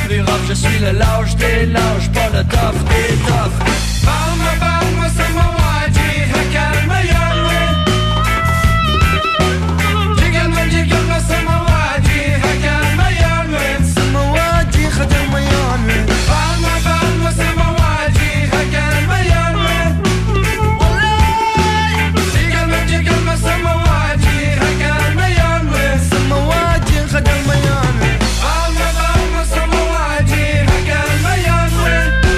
plus rough. Je suis le lâche des lâches, pas le tough des tough. Parle-moi, samawati, calme yalwe. Jiggle-moi, samawati, calme yalwe. Samawati, calme yalwe. Parle-moi, samawati, calme yalwe. Jiggle-moi, samawati, calme yalwe. Samawati, calme yalwe. Parle-moi, samawati, calme yalwe.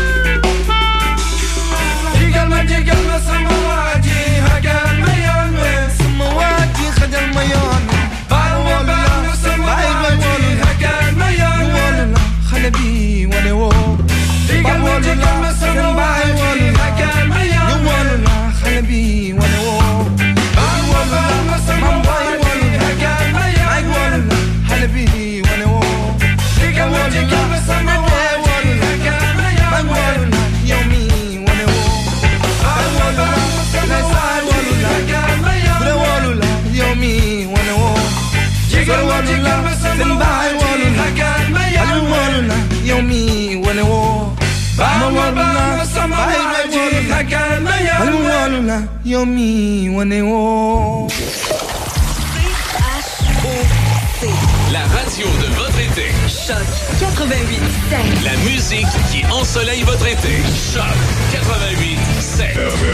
Jiggle-moi, samawati, calme yalwe. Samawati, calme yalwe. Parle-moi, samawati, calme yalwe. Khalabi wale wo. Jiggle-moi, samawati, calme yalwe. Khalabi wale wo. Parle-moi, samawati, calme yalwe. Khalabi wale wo. Jiggle-moi, samawati, calme yalwe. Yomi wale wo. Parle-moi, samawati, calme yalwe. Yomi wale wo. Jiggle-moi, samawati, calme yalwe. Yomi wale wo. Parle-moi, samawati, calme yalwe. Yomi wale wo. La radio de votre été. Choc 88.5. La musique qui ensoleille votre été. Choc 88.5.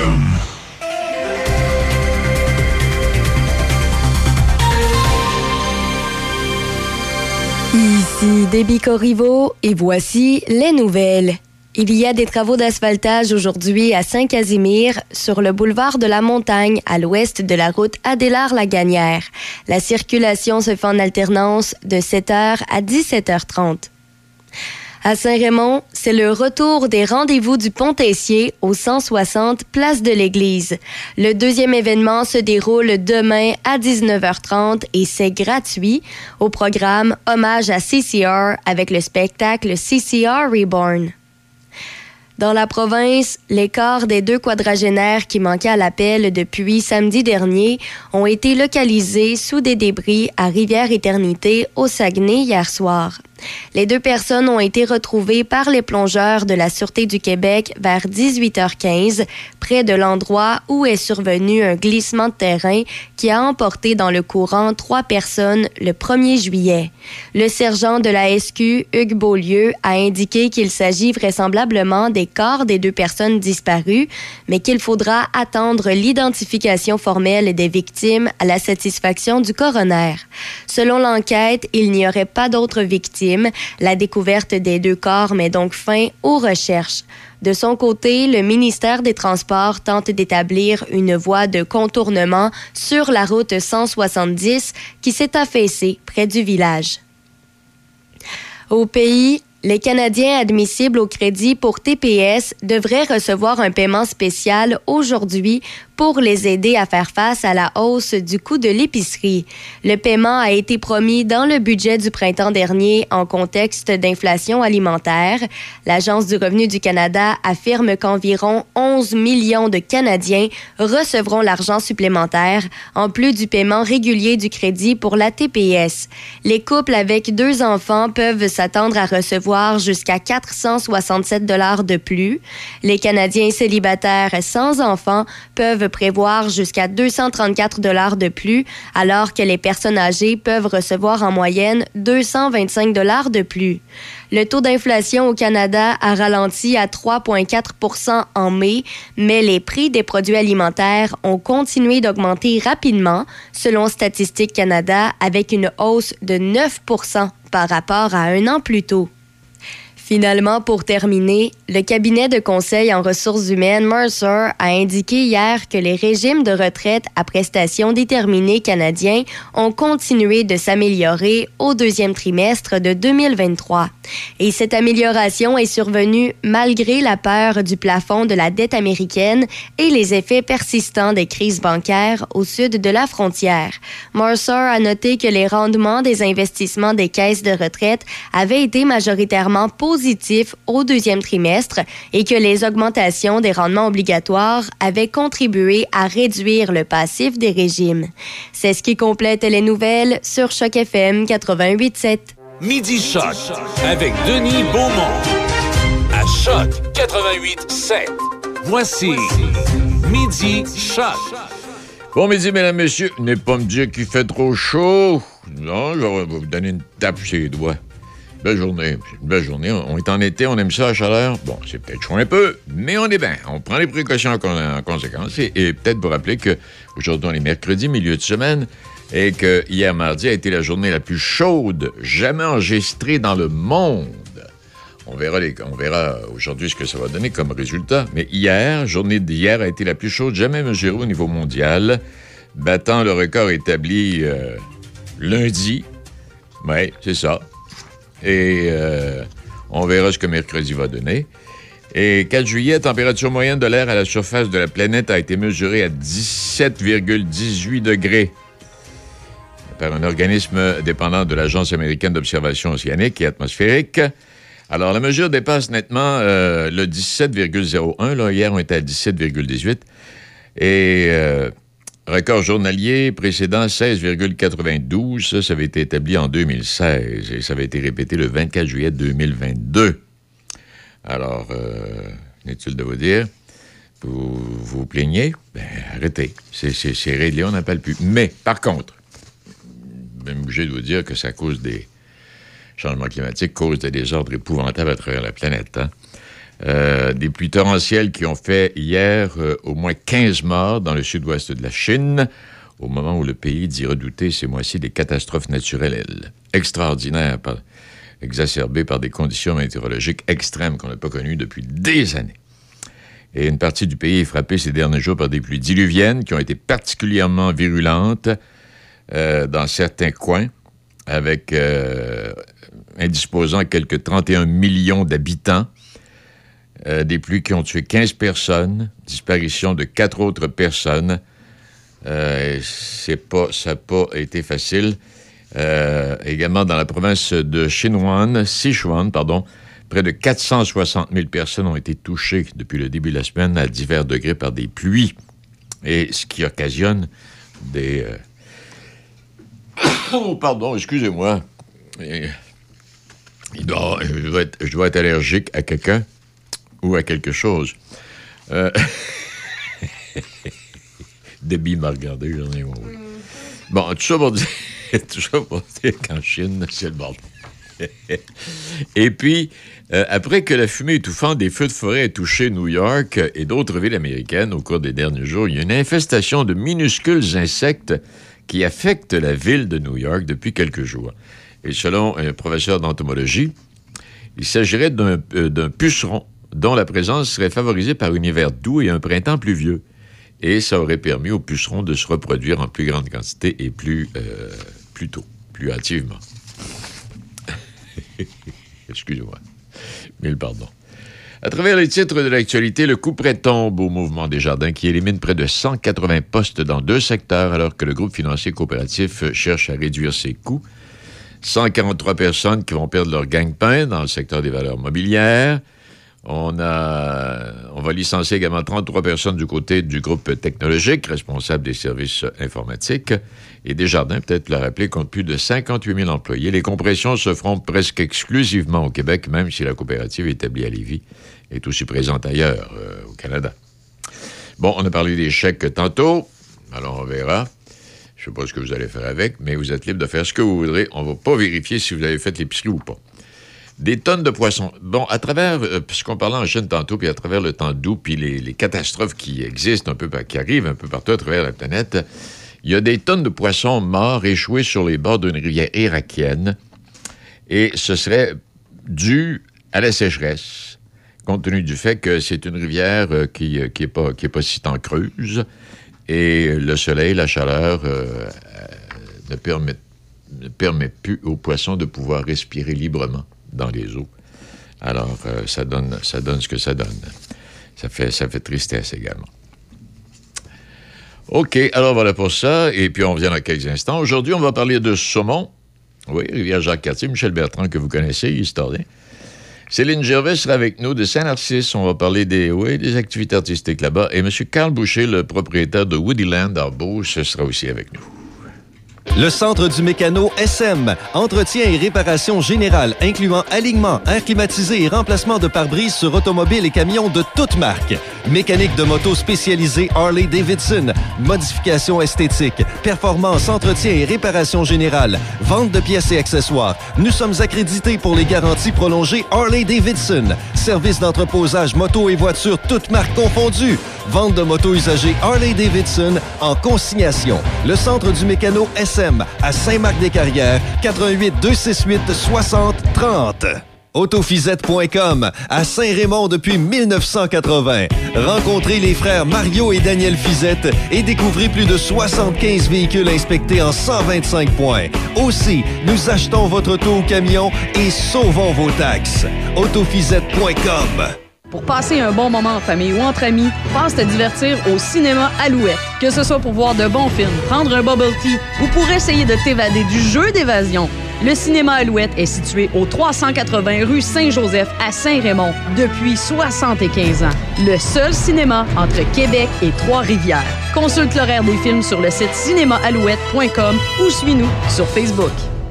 Ici Déby Corriveau et voici les nouvelles. Il y a des travaux d'asphaltage aujourd'hui à Saint-Casimir, sur le boulevard de la Montagne, à l'ouest de la route Adélard-Laganière. La circulation se fait en alternance de 7h à 17h30. À Saint-Raymond, c'est le retour des rendez-vous du Pont-Tessier au 160 Place de l'Église. Le deuxième événement se déroule demain à 19h30 et c'est gratuit. Au programme, hommage à CCR avec le spectacle CCR Reborn. Dans la province, les corps des 2 quadragénaires qui manquaient à l'appel depuis samedi dernier ont été localisés sous des débris à Rivière-Éternité, au Saguenay, hier soir. Les 2 personnes ont été retrouvées par les plongeurs de la Sûreté du Québec vers 18h15, près de l'endroit où est survenu un glissement de terrain qui a emporté dans le courant 3 personnes le 1er juillet. Le sergent de la SQ, Hugues Beaulieu, a indiqué qu'il s'agit vraisemblablement des corps des 2 personnes disparues, mais qu'il faudra attendre l'identification formelle des victimes à la satisfaction du coroner. Selon l'enquête, il n'y aurait pas d'autres victimes. La découverte des 2 corps met donc fin aux recherches. De son côté, le ministère des Transports tente d'établir une voie de contournement sur la route 170 qui s'est affaissée près du village. Au pays, les Canadiens admissibles au crédit pour TPS devraient recevoir un paiement spécial aujourd'hui pour les aider à faire face à la hausse du coût de l'épicerie. Le paiement a été promis dans le budget du printemps dernier en contexte d'inflation alimentaire. L'Agence du revenu du Canada affirme qu'environ 11 millions de Canadiens recevront l'argent supplémentaire, en plus du paiement régulier du crédit pour la TPS. Les couples avec 2 enfants peuvent s'attendre à recevoir jusqu'à 467 $ de plus. Les Canadiens célibataires sans enfants peuvent prévoir jusqu'à 234 $ de plus, alors que les personnes âgées peuvent recevoir en moyenne 225 $ de plus. Le taux d'inflation au Canada a ralenti à 3,4 % en mai, mais les prix des produits alimentaires ont continué d'augmenter rapidement, selon Statistique Canada, avec une hausse de 9 % par rapport à un an plus tôt. Finalement, pour terminer, le cabinet de conseil en ressources humaines Mercer a indiqué hier que les régimes de retraite à prestations déterminées canadiens ont continué de s'améliorer au 2e trimestre de 2023. Et cette amélioration est survenue malgré la peur du plafond de la dette américaine et les effets persistants des crises bancaires au sud de la frontière. Mercer a noté que les rendements des investissements des caisses de retraite avaient été majoritairement positifs au 2e trimestre et que les augmentations des rendements obligatoires avaient contribué à réduire le passif des régimes. C'est ce qui complète les nouvelles sur Choc FM 88.7. Midi Choc avec Denis Beaumont. À Choc 88.7. Voici Midi Choc. Bon midi, mesdames, messieurs. N'est pas me dire qu'il fait trop chaud. Non, je vais vous donner une tape sur les doigts. Belle journée. Une belle journée. On est en été, on aime ça, la chaleur. Bon, c'est peut-être chaud un peu, mais on est bien. On prend les précautions en conséquence. Et peut-être vous rappeler qu'aujourd'hui, on est mercredi, milieu de semaine, et que hier, mardi, a été la journée la plus chaude jamais enregistrée dans le monde. On verra aujourd'hui ce que ça va donner comme résultat. Mais hier, journée d'hier a été la plus chaude jamais mesurée au niveau mondial, battant le record établi lundi. Oui, c'est ça. Et on verra ce que mercredi va donner. Et 4 juillet, température moyenne de l'air à la surface de la planète a été mesurée à 17,18 degrés par un organisme dépendant de l'Agence américaine d'observation océanique et atmosphérique. Alors, la mesure dépasse nettement le 17,01. Là, hier, on était à 17,18. Et record journalier précédent, 16,92. Ça avait été établi en 2016 et ça avait été répété le 24 juillet 2022. Alors, inutile de vous dire, vous vous plaignez? Ben, arrêtez. C'est réglé, on n'appelle plus. Mais, par contre, je suis obligé de vous dire que ça cause des changements climatiques, cause des désordres épouvantables à travers la planète. Des pluies torrentielles qui ont fait hier au moins 15 morts dans le sud-ouest de la Chine, au moment où le pays dit redouter ces mois-ci des catastrophes naturelles extraordinaires, exacerbées par des conditions météorologiques extrêmes qu'on n'a pas connues depuis des années. Et une partie du pays est frappée ces derniers jours par des pluies diluviennes qui ont été particulièrement virulentes dans certains coins, avec indisposant quelques 31 millions d'habitants. Des pluies qui ont tué 15 personnes, disparition de 4 autres personnes. Ça n'a pas été facile. Également dans la province de Sichuan, près de 460 000 personnes ont été touchées depuis le début de la semaine à divers degrés par des pluies. Et ce qui occasionne des... Oh, pardon, excusez-moi. Je dois être allergique à quelqu'un ou à quelque chose. Debbie m'a regardé, j'en ai honte. Bon, tout ça pour dire qu'en Chine, c'est le bordel. Et puis, après que la fumée étouffante des feux de forêt ait touché New York et d'autres villes américaines au cours des derniers jours, il y a une infestation de minuscules insectes qui affectent la ville de New York depuis quelques jours. Et selon un professeur d'entomologie, il s'agirait d'un puceron dont la présence serait favorisée par un hiver doux et un printemps pluvieux. Et ça aurait permis aux pucerons de se reproduire en plus grande quantité et plus tôt, plus hâtivement. Excusez-moi. Mille pardons. À travers les titres de l'actualité, le couperet tombe au Mouvement Desjardins qui élimine près de 180 postes dans 2 secteurs alors que le groupe financier coopératif cherche à réduire ses coûts. 143 personnes qui vont perdre leur gagne-pain dans le secteur des valeurs mobilières. On va licencier également 33 personnes du côté du groupe technologique, responsable des services informatiques. Et Desjardins, peut-être le rappeler, compte plus de 58 000 employés. Les compressions se feront presque exclusivement au Québec, même si la coopérative établie à Lévis est aussi présente ailleurs, au Canada. Bon, on a parlé des chèques tantôt, alors on verra. Je ne sais pas ce que vous allez faire avec, mais vous êtes libre de faire ce que vous voudrez. On ne va pas vérifier si vous avez fait l'épicerie ou pas. Des tonnes de poissons. Bon, à travers, puisqu'on parlait en Chine tantôt, puis à travers le temps doux, puis les catastrophes qui existent qui arrivent un peu partout à travers la planète, il y a des tonnes de poissons morts échoués sur les bords d'une rivière irakienne. Et ce serait dû à la sécheresse, compte tenu du fait que c'est une rivière qui est pas si tant creuse. Et le soleil, la chaleur ne permet plus aux poissons de pouvoir respirer librement dans les eaux. Alors, ça donne ce que ça donne. Ça fait tristesse également. OK, alors voilà pour ça. Et puis, on revient dans quelques instants. Aujourd'hui, on va parler de saumon. Oui, Rivière-Jacques-Cartier, Michel Bertrand, que vous connaissez, historien. Céline Gervais sera avec nous de Saint-Narcisse. On va parler des activités artistiques là-bas. Et M. Carl Boucher, le propriétaire de Woodyland à Beauce, sera aussi avec nous. Le Centre du Mécano SM. Entretien et réparation générale, incluant alignement, air climatisé et remplacement de pare-brise sur automobiles et camions de toutes marques. Mécanique de moto spécialisée Harley-Davidson. Modification esthétique. Performance, entretien et réparation générale. Vente de pièces et accessoires. Nous sommes accrédités pour les garanties prolongées Harley-Davidson. Service d'entreposage moto et voitures toutes marques confondues. Vente de motos usagées Harley-Davidson en consignation. Le Centre du Mécano SM à Saint-Marc-des-Carrières, 88 268 60 30. Autofisette.com à Saint-Raymond depuis 1980. Rencontrez les frères Mario et Daniel Fisette et découvrez plus de 75 véhicules inspectés en 125 points. Aussi, nous achetons votre auto ou camion et sauvons vos taxes. Autofisette.com. Pour passer un bon moment en famille ou entre amis, pense te divertir au cinéma Alouette. Que ce soit pour voir de bons films, prendre un bubble tea ou pour essayer de t'évader du jeu d'évasion, le cinéma Alouette est situé au 380 rue Saint-Joseph à Saint-Raymond depuis 75 ans. Le seul cinéma entre Québec et Trois-Rivières. Consulte l'horaire des films sur le site cinémaalouette.com ou suis-nous sur Facebook.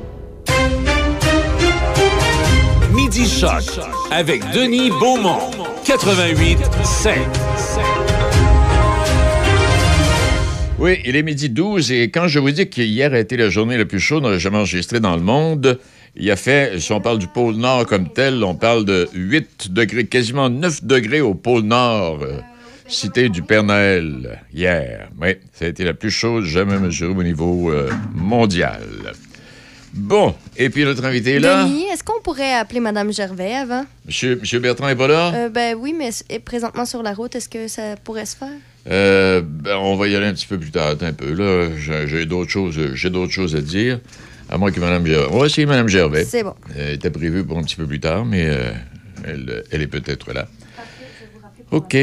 Midi Choc avec Denis Beaumont. 88.7. Oui, il est midi 12 et quand je vous dis qu'hier a été la journée la plus chaude, on n'a jamais enregistrée dans le monde, il a fait, si on parle du pôle Nord comme tel, on parle de 8 degrés, quasiment 9 degrés au pôle Nord, cité du Père Noël, hier. Oui, ça a été la plus chaude jamais mesurée au niveau mondial. Bon, et puis notre invité est là. Denis, est-ce qu'on pourrait appeler Mme Gervais avant? Monsieur Bertrand est pas là? Ben oui, mais présentement sur la route, est-ce que ça pourrait se faire? On va y aller un petit peu plus tard. Attends un peu, là. J'ai d'autres choses à dire. À moins que Mme Gervais... On va essayer Mme Gervais. C'est bon. Elle était prévue pour un petit peu plus tard, mais elle est peut-être là. OK.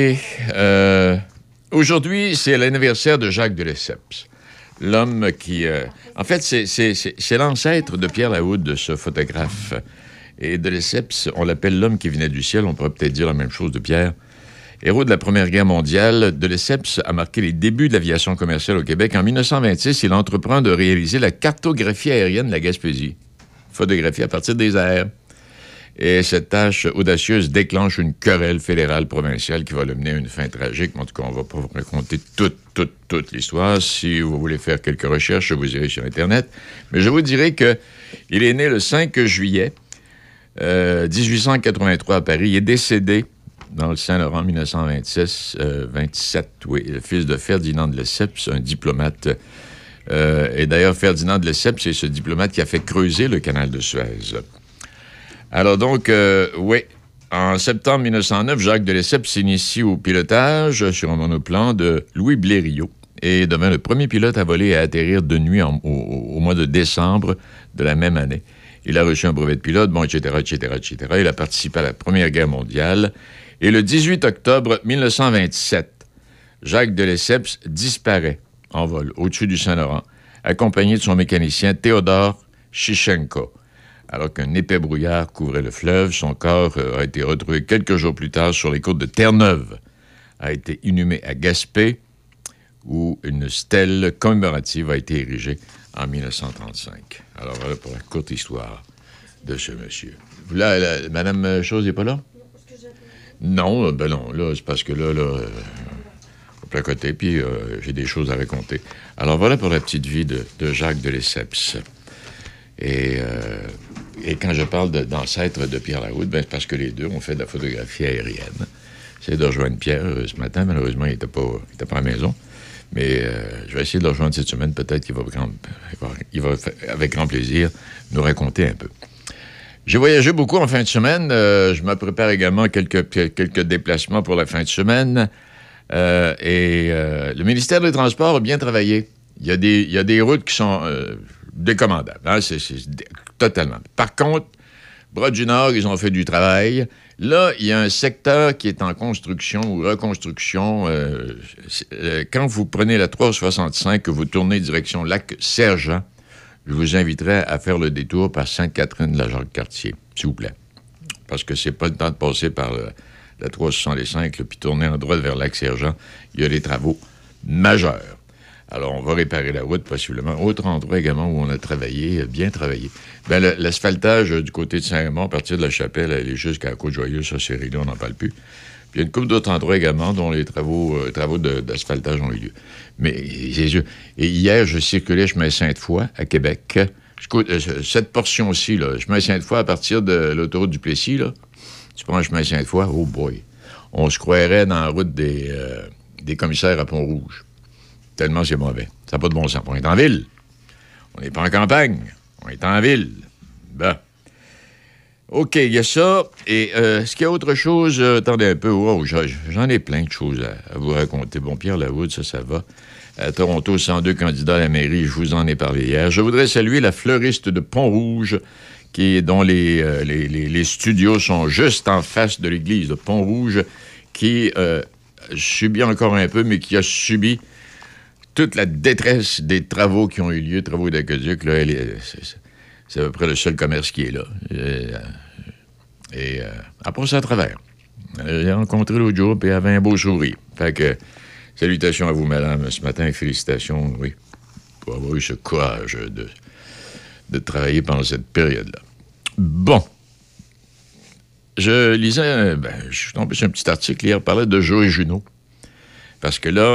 Aujourd'hui, c'est l'anniversaire de Jacques de Lesseps. L'homme qui... En fait, c'est l'ancêtre de Pierre Laoud, ce photographe. Et de Lesseps, on l'appelle l'homme qui venait du ciel. On pourrait peut-être dire la même chose de Pierre. Héros de la Première Guerre mondiale, de Lesseps a marqué les débuts de l'aviation commerciale au Québec. En 1926, il entreprend de réaliser la cartographie aérienne de la Gaspésie. Photographie à partir des airs. Et cette tâche audacieuse déclenche une querelle fédérale provinciale qui va le mener à une fin tragique. En tout cas, on ne va pas vous raconter toute l'histoire. Si vous voulez faire quelques recherches, vous irez sur Internet. Mais je vous dirai qu'il est né le 5 juillet 1883 à Paris. Il est décédé dans le Saint-Laurent en 1927, oui, le fils de Ferdinand de Lesseps, un diplomate. Et d'ailleurs, Ferdinand de Lesseps, c'est ce diplomate qui a fait creuser le canal de Suez. Alors donc, oui, en septembre 1909, Jacques de Lesseps s'initie au pilotage sur un monoplan de Louis Blériot et devint le premier pilote à voler et à atterrir de nuit au mois de décembre de la même année. Il a reçu un brevet de pilote, bon, etc. Il a participé à la Première Guerre mondiale. Et le 18 octobre 1927, Jacques de Lesseps disparaît en vol au-dessus du Saint-Laurent, accompagné de son mécanicien Théodore Chichenko. Alors qu'un épais brouillard couvrait le fleuve, son corps a été retrouvé quelques jours plus tard sur les côtes de Terre-Neuve, a été inhumé à Gaspé, où une stèle commémorative a été érigée en 1935. Alors voilà pour la courte histoire de ce monsieur. Là, Madame Chose n'est pas là? Non, ben non, là, c'est parce que là, au plein côté, puis j'ai des choses à raconter. Alors voilà pour la petite vie de Jacques de Lesseps. Et quand je parle d'ancêtre de Pierre Laoud, ben, c'est parce que les deux ont fait de la photographie aérienne. J'ai de rejoindre Pierre ce matin. Malheureusement, il n'était pas à la maison. Mais je vais essayer de le rejoindre cette semaine. Peut-être qu'il va avec grand plaisir, nous raconter un peu. J'ai voyagé beaucoup en fin de semaine. Je me prépare également quelques déplacements pour la fin de semaine. Le ministère des Transports a bien travaillé. Il y a des routes qui sont décommandables. Hein? C'est totalement. Par contre, Bras-du-Nord, ils ont fait du travail. Là, il y a un secteur qui est en construction ou reconstruction. Quand vous prenez la 365, que vous tournez direction Lac-Sergent, je vous inviterai à faire le détour par Sainte-Catherine-de-la-Jacques-Cartier, s'il vous plaît. Parce que c'est pas le temps de passer par la 365 puis tourner en droite vers Lac-Sergent. Il y a des travaux majeurs. Alors, on va réparer la route, possiblement. Autre endroit également où on a travaillé, bien travaillé. Ben, l'asphaltage du côté de Saint-Raymond, à partir de la Chapelle, elle est jusqu'à la Côte-Joyeuse, ça, c'est réglé, on n'en parle plus. Puis, il y a une couple d'autres endroits également dont les travaux d'asphaltage ont eu lieu. Mais, c'est sûr. Et hier, je circulais chemin Sainte-Foy, à Québec. Cette portion-ci, là, chemin Sainte-Foy, à partir de l'autoroute du Plessis, là, tu prends le chemin Sainte-Foy, oh boy, on se croirait dans la route des commissaires à Pont-Rouge. Tellement c'est mauvais. Ça n'a pas de bon sens. On est en ville. On n'est pas en campagne. On est en ville. Ben. OK, il y a ça. Et est-ce qu'il y a autre chose? Attendez un peu. Oh, j'en ai plein de choses à vous raconter. Bon, Pierre Lavoud, ça va. À Toronto, 102 candidats à la mairie. Je vous en ai parlé hier. Je voudrais saluer la fleuriste de Pont-Rouge, dont les studios sont juste en face de l'église de Pont-Rouge, qui subit encore un peu, mais qui a subi toute la détresse des travaux qui ont eu lieu, travaux d'aqueduc, là, c'est à peu près le seul commerce qui est là. Et elle passe à travers. Elle l'a rencontré l'autre jour, puis elle avait un beau sourire. Fait que, salutations à vous, madame, ce matin, et félicitations, oui, pour avoir eu ce courage de travailler pendant cette période-là. Bon. Je lisais, je suis tombé sur un petit article hier, parlait de Joël Junot. Parce que là,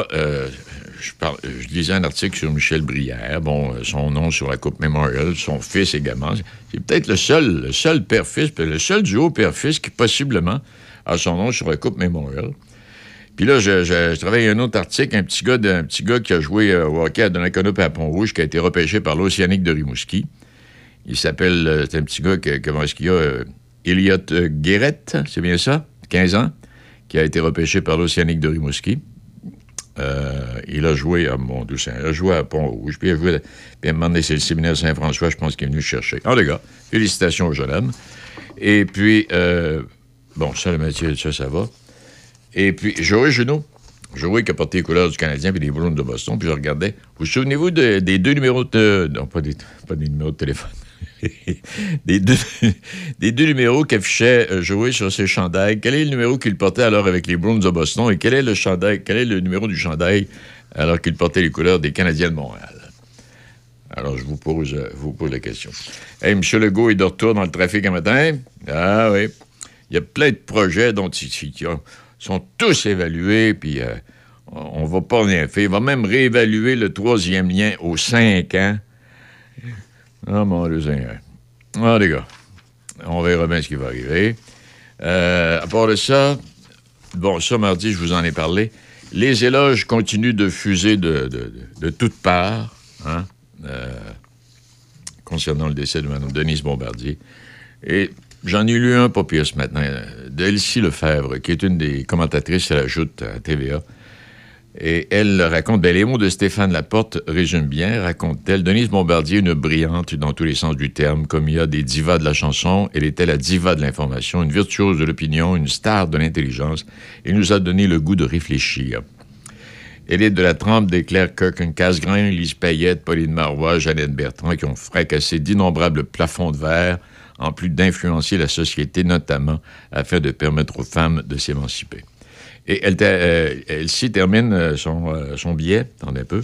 je lisais un article sur Michel Brière, son nom sur la Coupe Memorial, son fils également. C'est peut-être le seul père-fils, le seul duo père-fils qui possiblement a son nom sur la Coupe Memorial. Puis là, je travaille un autre article, un petit gars qui a joué au hockey à Donnacona et à Pont-Rouge, qui a été repêché par l'Océanique de Rimouski. Il s'appelle, c'est un petit gars, comment est-ce qu'il y a, Elliot Guérette, c'est bien ça, 15 ans, qui a été repêché par l'Océanique de Rimouski. Il a joué à il a joué à Pont-Rouge, puis à un moment donné, c'est le séminaire Saint-François, je pense qu'il est venu chercher. En tout cas, félicitations au jeune homme. Et puis, ça, le métier, ça va. Et puis, Joël Junot, Joël qui a porté les couleurs du Canadien puis les Bruins de Boston, puis je regardais. Vous souvenez-vous des deux numéros de... Non, pas des numéros de téléphone. des deux numéros qu'affichait Joël sur ses chandails. Quel est le numéro qu'il portait alors avec les Bruins de Boston et quel est le numéro du chandail alors qu'il portait les couleurs des Canadiens de Montréal? Alors, je vous pose la question. Hey, M. Legault est de retour dans le trafic un matin. Ah oui. Il y a plein de projets dont ils sont tous évalués, puis on va pas rien faire. Il va même réévaluer le 3e lien aux 5 ans. Ah, mon Dieu Seigneur. Ah, les gars, on verra bien ce qui va arriver. À part de ça, ça, mardi, je vous en ai parlé. Les éloges continuent de fuser de toutes parts, hein, concernant le décès de Mme Denise Bombardier. Et j'en ai lu un pas pire ce matin, d'Elsie Lefebvre, qui est une des commentatrices à la Joute à TVA. Et elle raconte, les mots de Stéphane Laporte résument bien, raconte-t-elle, Denise Bombardier, une brillante dans tous les sens du terme, comme il y a des divas de la chanson, elle était la diva de l'information, une virtuose de l'opinion, une star de l'intelligence, et nous a donné le goût de réfléchir. Elle est de la trempe des Claire Kirkland-Casgrain, Lise Payette, Pauline Marois, Jeannette Bertrand, qui ont fracassé d'innombrables plafonds de verre, en plus d'influencer la société, notamment afin de permettre aux femmes de s'émanciper. Et elle s'y termine son billet, attendez un peu.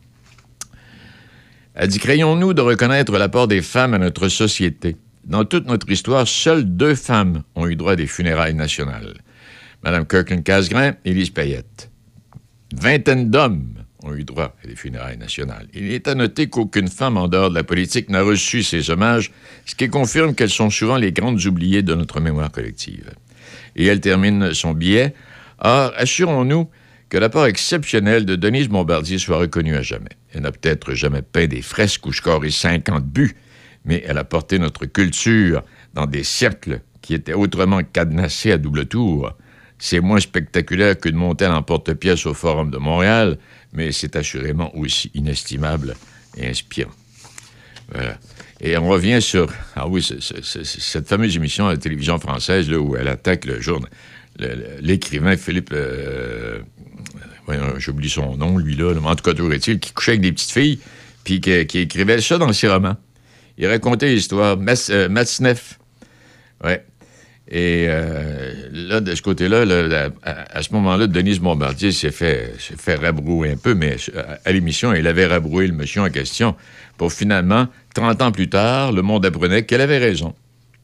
Elle dit, craignons-nous de reconnaître l'apport des femmes à notre société. Dans toute notre histoire, seules 2 femmes ont eu droit à des funérailles nationales. Mme Kirkland-Casgrain et Lise Payette. 20 d'hommes ont eu droit à des funérailles nationales. Il est à noter qu'aucune femme en dehors de la politique n'a reçu ces hommages, ce qui confirme qu'elles sont souvent les grandes oubliées de notre mémoire collective. Et elle termine son billet. Or, assurons-nous que l'apport exceptionnel de Denise Bombardier soit reconnu à jamais. Elle n'a peut-être jamais peint des fresques ou scoré 50 buts, mais elle a porté notre culture dans des cercles qui étaient autrement cadenassés à double tour. C'est moins spectaculaire qu'une montée en porte-pièce au Forum de Montréal, mais c'est assurément aussi inestimable et inspirant. Voilà. Et on revient sur... Ah oui, cette fameuse émission à la télévision française là, où elle attaque l'écrivain Philippe... j'oublie son nom, lui-là. En tout cas, toujours est-il, qui couchait avec des petites filles, puis qui écrivait ça dans ses romans. Il racontait l'histoire. Matzneff. Ouais. Et là, de ce côté-là, à ce moment-là, Denise Bombardier s'est fait rabrouer un peu, mais à l'émission, il avait rabroué le monsieur en question pour finalement, 30 ans plus tard, le monde apprenait qu'elle avait raison.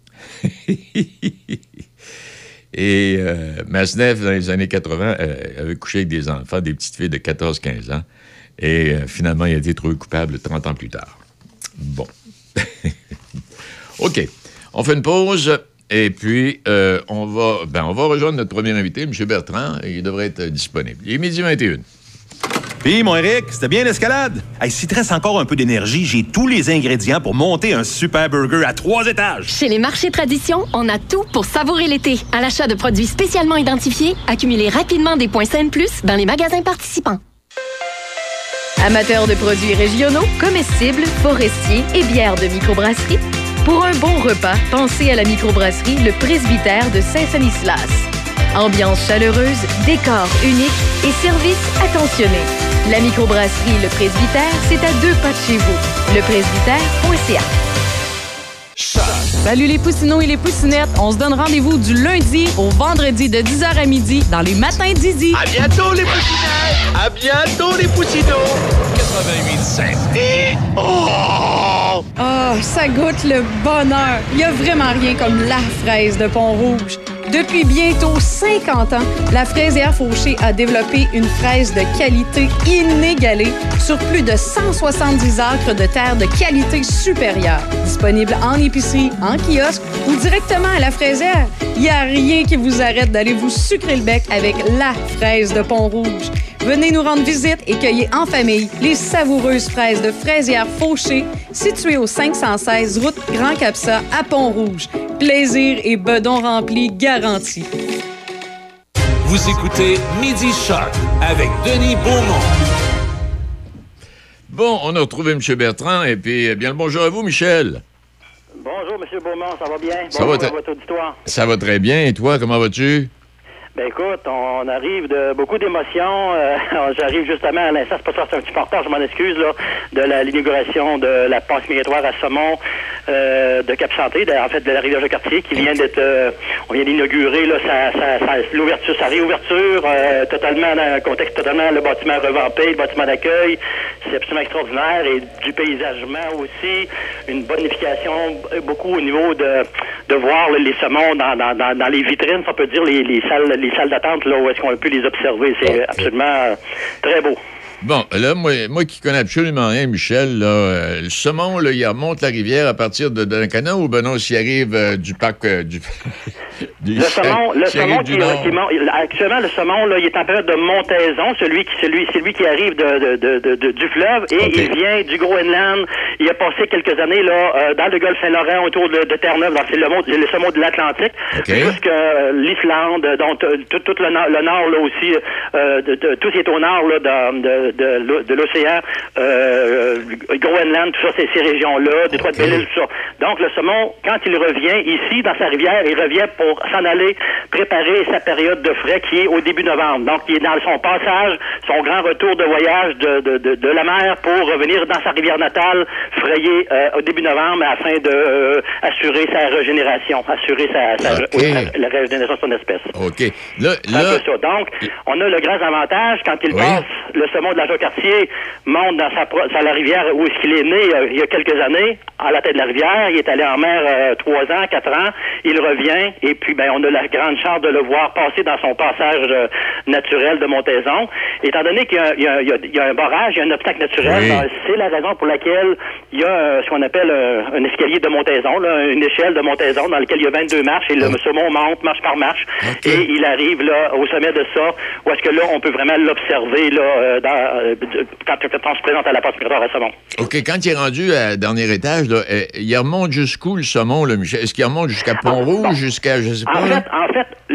Et Masnev, dans les années 80, avait couché avec des enfants, des petites filles de 14-15 ans. Et finalement, il a été trouvé coupable 30 ans plus tard. Bon. OK. On fait une pause. Et puis, on va rejoindre notre premier invité, M. Bertrand. Il devrait être disponible. Il est 12h21. Puis, mon Eric, c'était bien l'escalade? Hey, s'il te reste encore un peu d'énergie, j'ai tous les ingrédients pour monter un super burger à 3 étages. Chez les marchés Tradition, on a tout pour savourer l'été. À l'achat de produits spécialement identifiés, accumulez rapidement des points Scène Plus dans les magasins participants. Amateurs de produits régionaux, Comestibles, forestiers et bières de microbrasserie, pour un bon repas, pensez à la microbrasserie Le Presbytère de Saint-Sanislas. Ambiance chaleureuse, décor unique et service attentionné. La microbrasserie Le Presbytère, c'est à 2 pas de chez vous. Lepresbytère.ca. Salut les poussinots et les poussinettes. On se donne rendez-vous du lundi au vendredi de 10h à midi dans les matins d'Idi. À bientôt, les poussinettes! À bientôt, les poussinots! 88.5. Oh! Ah, ça goûte le bonheur. Il n'y a vraiment rien comme la fraise de Pont-Rouge. Depuis bientôt 50 ans, la fraisière Fauché a développé une fraise de qualité inégalée sur plus de 170 acres de terre de qualité supérieure. Disponible en épicerie, en kiosque ou directement à la fraisière, il n'y a rien qui vous arrête d'aller vous sucrer le bec avec la fraise de Pont-Rouge. Venez nous rendre visite et cueillez en famille les savoureuses fraises de fraisière Fauché, situées au 516 route Grand Capsa à Pont-Rouge. Plaisir et bedon rempli garantis. Vous écoutez Midi Choc avec Denis Beaumont. Bon, on a retrouvé M. Bertrand, et puis bien le bonjour à vous, Michel. Bonjour, M. Beaumont, ça va bien? Ça bonjour va à votre auditoire. Ça va très bien, et toi, comment vas-tu? Ben écoute, on arrive de beaucoup d'émotions. J'arrive justement à l'instant, c'est pas ça, c'est un petit peu en retard, je m'en excuse, là, de l'inauguration de la passe migratoire à Saumon de Cap-Santé, en fait de la rivière Jacques-Cartier, qui vient d'être, on vient d'inaugurer là, l'ouverture, sa réouverture, totalement dans un contexte totalement, le bâtiment revampé, le bâtiment d'accueil, c'est absolument extraordinaire, et du paysagement aussi, une bonification beaucoup au niveau de voir là, les saumons dans les vitrines, on peut dire les salles d'attente là où est-ce qu'on peut les observer, c'est absolument très beau. Bon, là, moi qui connais absolument rien, Michel, là, le saumon, là, il remonte la rivière à partir d'un canot, ou ben non, s'il arrive du parc le saumon qui monte, actuellement, le saumon, là, il est en période de montaison, celui qui arrive du fleuve, et okay. Il vient du Groenland. Il a passé quelques années là dans le golfe Saint-Laurent, autour de Terre-Neuve, donc c'est le saumon de l'Atlantique, okay. Jusqu'à l'Islande, donc tout le nord là aussi, tout ce qui est au nord là de l'océan, Groenland, tout ça, ces régions-là, Détroit de Belle-Île, tout ça. Donc, le saumon, quand il revient ici, dans sa rivière, il revient pour s'en aller préparer sa période de frais qui est au début novembre. Donc, il est dans son passage, son grand retour de voyage de la mer pour revenir dans sa rivière natale, frayer au début novembre afin de assurer sa régénération, assurer la régénération de son espèce. OK. C'est un peu ça. Donc, on a le grand avantage, quand il passe, le saumon de la Jacques-Cartier monte dans la rivière où est-ce qu'il est né il y a quelques années, à la tête de la rivière. Il est allé en mer 3 ans, 4 ans. Il revient, et puis ben on a la grande chance de le voir passer dans son passage naturel de montaison. Étant donné qu'il y a un barrage, il y a un obstacle naturel, c'est la raison pour laquelle il y a ce qu'on appelle un escalier de montaison, là, une échelle de montaison dans laquelle il y a 22 marches, et le saumon monte marche par marche, et il arrive là au sommet de ça, où est-ce que là on peut vraiment l'observer là quand on se présente à la passe migratoire à saumon. OK, quand il est rendu à dernier étage, là, il remonte jusqu'où le saumon, là, Michel? Est-ce qu'il remonte jusqu'à Pont-Rouge, jusqu'à, je sais pas? En fait,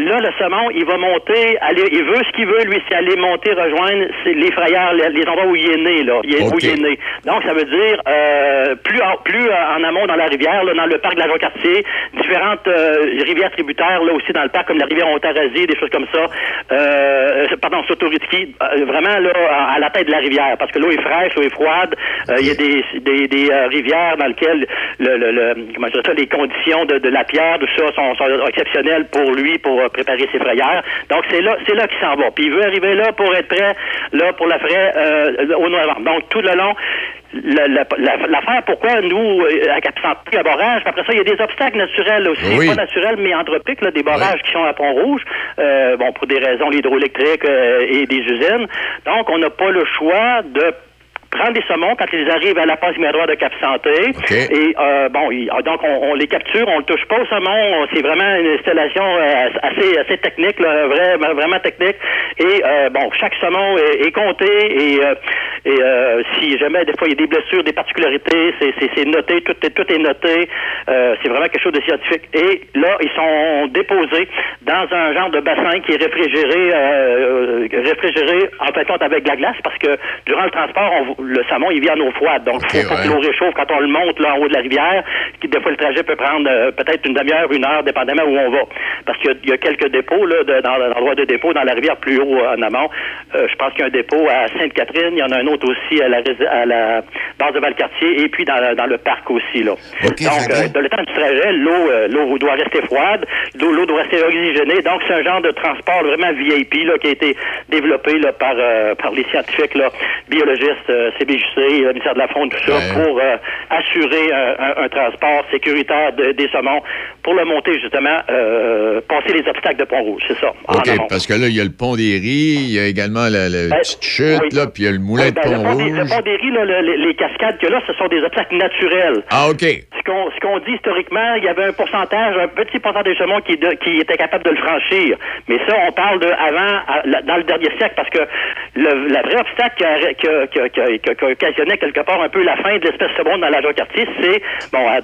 là, le saumon, il va monter, il veut ce qu'il veut, lui, c'est aller monter, rejoindre les frayères, les endroits où il est né, là. Où il est né. Donc, ça veut dire, plus en amont dans la rivière, là, dans le parc de la Jacques-Cartier, différentes rivières tributaires, là aussi dans le parc, comme la rivière Ontarasi, des choses comme ça. Sotoritsky, vraiment, là, à la tête de la rivière, parce que l'eau est fraîche, l'eau est froide. Il y a des rivières dans lesquelles les conditions de la pierre, tout ça, sont exceptionnelles pour lui, pour préparer ses frayères. Donc, c'est là qu'il s'en va. Puis il veut arriver là pour être prêt, là, pour la fraie au novembre. Donc, tout le long, l'affaire, pourquoi nous, à Cap-Santé, à barrage, après ça, il y a des obstacles naturels aussi, pas naturels, mais anthropiques, là, des barrages qui sont à Pont-Rouge, pour des raisons l'hydroélectrique et des usines. Donc, on n'a pas le choix de prendre des saumons quand ils arrivent à la passe migratoire de Cap-Santé. Et donc on les capture, on ne touche pas au saumon. C'est vraiment une installation assez technique, là, vraiment technique. Et chaque saumon est compté et si jamais des fois il y a des blessures, des particularités, c'est noté, tout est noté. C'est vraiment quelque chose de scientifique. Et là, ils sont déposés dans un genre de bassin qui est réfrigéré en fait avec de la glace, parce que durant le transport, le saumon, il vit en eau froide. Donc, il faut que l'eau réchauffe quand on le monte là en haut de la rivière. Des fois, le trajet peut prendre peut-être une demi-heure, une heure, dépendamment où on va. Parce qu'il y a quelques dépôts là, dans l'endroit de dépôt dans la rivière plus haut en amont. Je pense qu'il y a un dépôt à Sainte-Catherine. Il y en a un autre aussi à la base de Valcartier et puis dans le parc aussi. Là. Donc, dans le temps du trajet, l'eau doit rester froide. L'eau doit rester oxygénée. Donc, c'est un genre de transport vraiment VIP là, qui a été développé là, par les scientifiques là, biologistes, CBJC, le ministère de la Faune, tout ça, pour assurer un transport sécuritaire des saumons pour le monter, justement, passer les obstacles de Pont-Rouge, c'est ça. OK, parce que là, il y a le pont des Ris, il y a également la petite chute, là, puis il y a le moulin de Pont-Rouge. Le pont des Ris, là, les cascades qu'il y a là, ce sont des obstacles naturels. Ah, OK. Ce qu'on dit historiquement, il y avait un petit pourcentage de saumons qui était capable de le franchir. Mais ça, on parle de dans le dernier siècle, parce que le vrai obstacle qui occasionnait quelque part un peu la fin de l'espèce saumon dans la Jacques-Cartier, c'est, en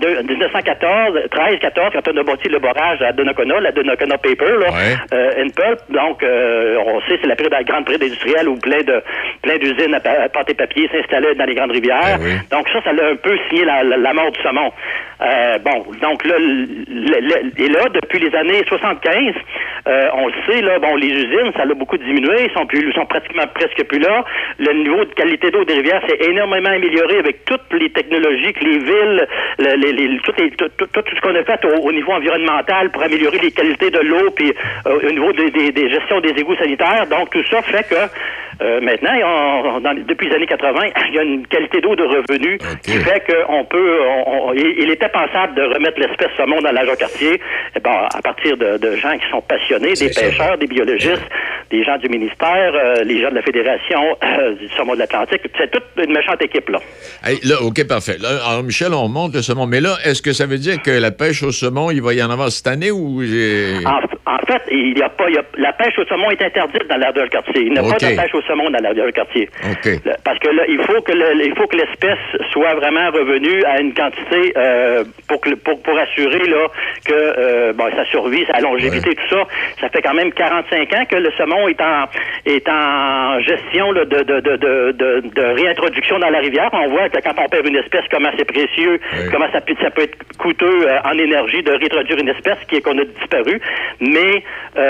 13-14, quand on a bâti le barrage à Donnacona, la Donnacona Paper, là, Pulp. Donc, on sait, c'est la grande période industrielle où plein d'usines à pâte et papier s'installaient dans les grandes rivières. Donc, ça l'a un peu signé la mort du saumon. Donc là, depuis les années 75, on le sait, là, les usines, ça l'a beaucoup diminué, ils sont pratiquement presque plus là. Le niveau de qualité d'eau des rivières s'est énormément amélioré avec toutes les technologies que les villes, tout ce qu'on a fait au niveau environnemental pour améliorer les qualités de l'eau, puis au niveau des gestions des égouts sanitaires. Donc tout ça fait que maintenant, depuis les années 80, il y a une qualité d'eau de revenu qui fait qu'on peut, il était pensable de remettre l'espèce saumon dans la Jacques-Cartier, à partir de gens qui sont passionnés, des pêcheurs, des biologistes, des gens du ministère, les gens de la Fédération du saumon de l'Atlantique. C'est toute une méchante équipe, là. Hey, là, OK, parfait. Là, alors, Michel, on remonte le saumon. Mais là, est-ce que ça veut dire que la pêche au saumon, il va y en avoir cette année ou En fait, la pêche au saumon est interdite dans l'aire de Jacques-Cartier. Il n'y a pas de pêche au saumon dans l'aire de Jacques-Cartier. Parce que là, il faut que l'espèce soit vraiment revenue à une quantité pour assurer là que sa survie, sa longévité, tout ça. Ça fait quand même 45 ans que le saumon est en gestion là, de réintroduction dans la rivière. On voit que quand on perd une espèce, comment c'est précieux, comment ça peut être coûteux en énergie de réintroduire une espèce qu'on a disparu. Mais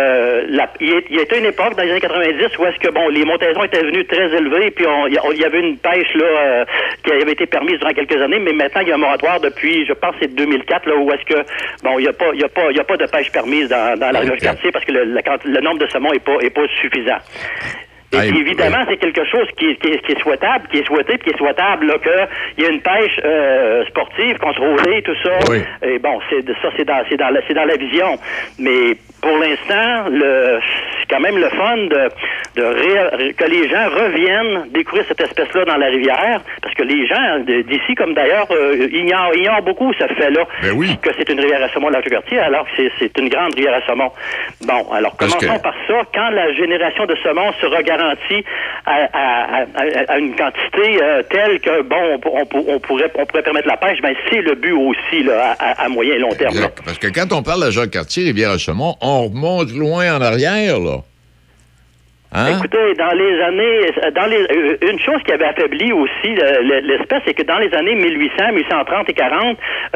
il y a été une époque dans les années 90 où est-ce que les montaisons étaient venues très élevées, puis il y avait une pêche là qui avait été permise durant quelques années, mais maintenant il y a un moratoire depuis, je pense, c'est 2004 là où est-ce que il y a pas de pêche permise dans la Jacques-Cartier parce que le nombre de saumons est pas suffisant. Et puis, évidemment, c'est quelque chose qui est souhaitable, qui est souhaité, puis qui est souhaitable, là, qu'il y ait une pêche sportive, contrôlée, tout ça. Et c'est dans la vision. Mais pour l'instant, c'est quand même le fun de que les gens reviennent découvrir cette espèce-là dans la rivière, parce que les gens d'ici, comme d'ailleurs, ignorent beaucoup ce fait-là, que c'est une rivière à saumon, la Jacques-Cartier, alors que c'est une grande rivière à saumon. Bon, alors commençons par ça. Quand la génération de saumon sera garantie à une quantité telle que, bon, on pourrait permettre la pêche, ben c'est le but aussi, là, à moyen et long terme. Là. Parce que quand on parle de Jacques-Cartier, rivière à saumon, on remonte loin en arrière, là. Hein? Écoutez, dans les années, une chose qui avait affaibli aussi l'espèce, c'est que dans les années 1800, 1830 et 40,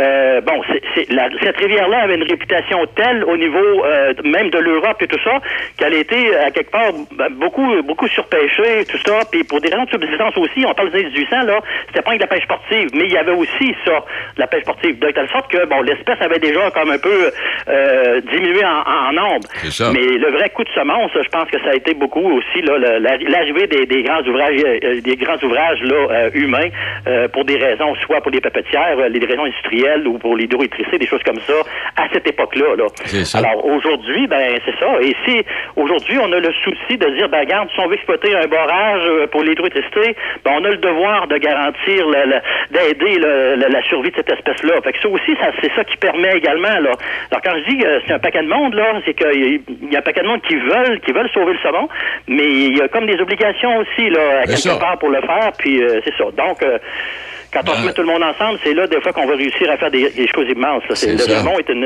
cette rivière-là avait une réputation telle au niveau même de l'Europe et tout ça, qu'elle était à quelque part beaucoup surpêchée, tout ça, puis pour des raisons de subsistance aussi, on parle des années 1800, là, c'était pas de la pêche sportive, mais il y avait aussi ça, de la pêche sportive. De telle sorte que, bon, l'espèce avait déjà comme un peu diminué en nombre. C'est ça. Mais le vrai coup de semence, je pense que ça a été beaucoup aussi là, l'arrivée des grands ouvrages là, humains pour des raisons, soit pour les papetières, les raisons industrielles ou pour l'hydroélectricité, des choses comme ça, à cette époque-là. Là. C'est ça. Alors aujourd'hui, ben c'est ça. Et si aujourd'hui on a le souci de dire, ben regarde, si on veut exploiter un barrage pour l'hydroélectricité, ben on a le devoir de garantir, d'aider la survie de cette espèce-là. Fait que ça aussi, c'est ça qui permet également. Là. Alors quand je dis c'est un paquet de monde, là, c'est qu'il y a un paquet de monde qui veulent sauver le saumon, mais il y a comme des obligations aussi, là, à quelque part pour le faire, puis c'est ça. Donc, quand on se met tout le monde ensemble, c'est là, des fois, qu'on va réussir à faire des choses immenses. Là. Le saumon est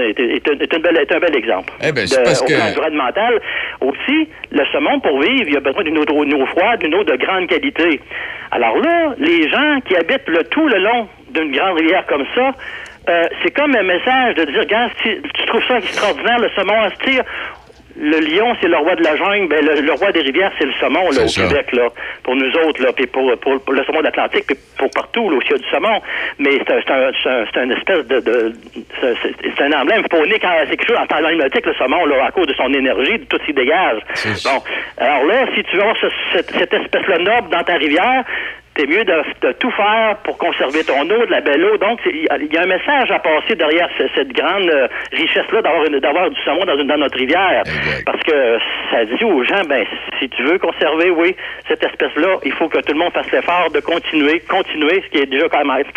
un bel exemple. Eh ben, c'est parce au plan environnemental. Aussi, le saumon, pour vivre, il a besoin d'une eau froide, d'une eau de grande qualité. Alors là, les gens qui habitent tout le long d'une grande rivière comme ça, c'est comme un message de dire, regarde, si tu trouves ça extraordinaire, le saumon à se tire. Le lion, c'est le roi de la jungle. Ben, le roi des rivières, c'est le saumon, là, au Québec, là. Pour nous autres, là. Puis pour le saumon de l'Atlantique, puis pour partout, là, où il y a du saumon. Mais c'est un espèce c'est un emblème phonique. C'est quelque chose en temps climatique, le saumon, là, à cause de son énergie, de tout ce qu'il dégage. Bon. Alors là, si tu veux avoir cette espèce-là noble dans ta rivière, c'est mieux de tout faire pour conserver ton eau, de la belle eau. Donc, il y a un message à passer derrière cette grande richesse-là d'avoir du saumon dans notre rivière. Exact. Parce que ça dit aux gens, ben, si tu veux conserver, cette espèce-là, il faut que tout le monde fasse l'effort de continuer, ce qui est déjà quand même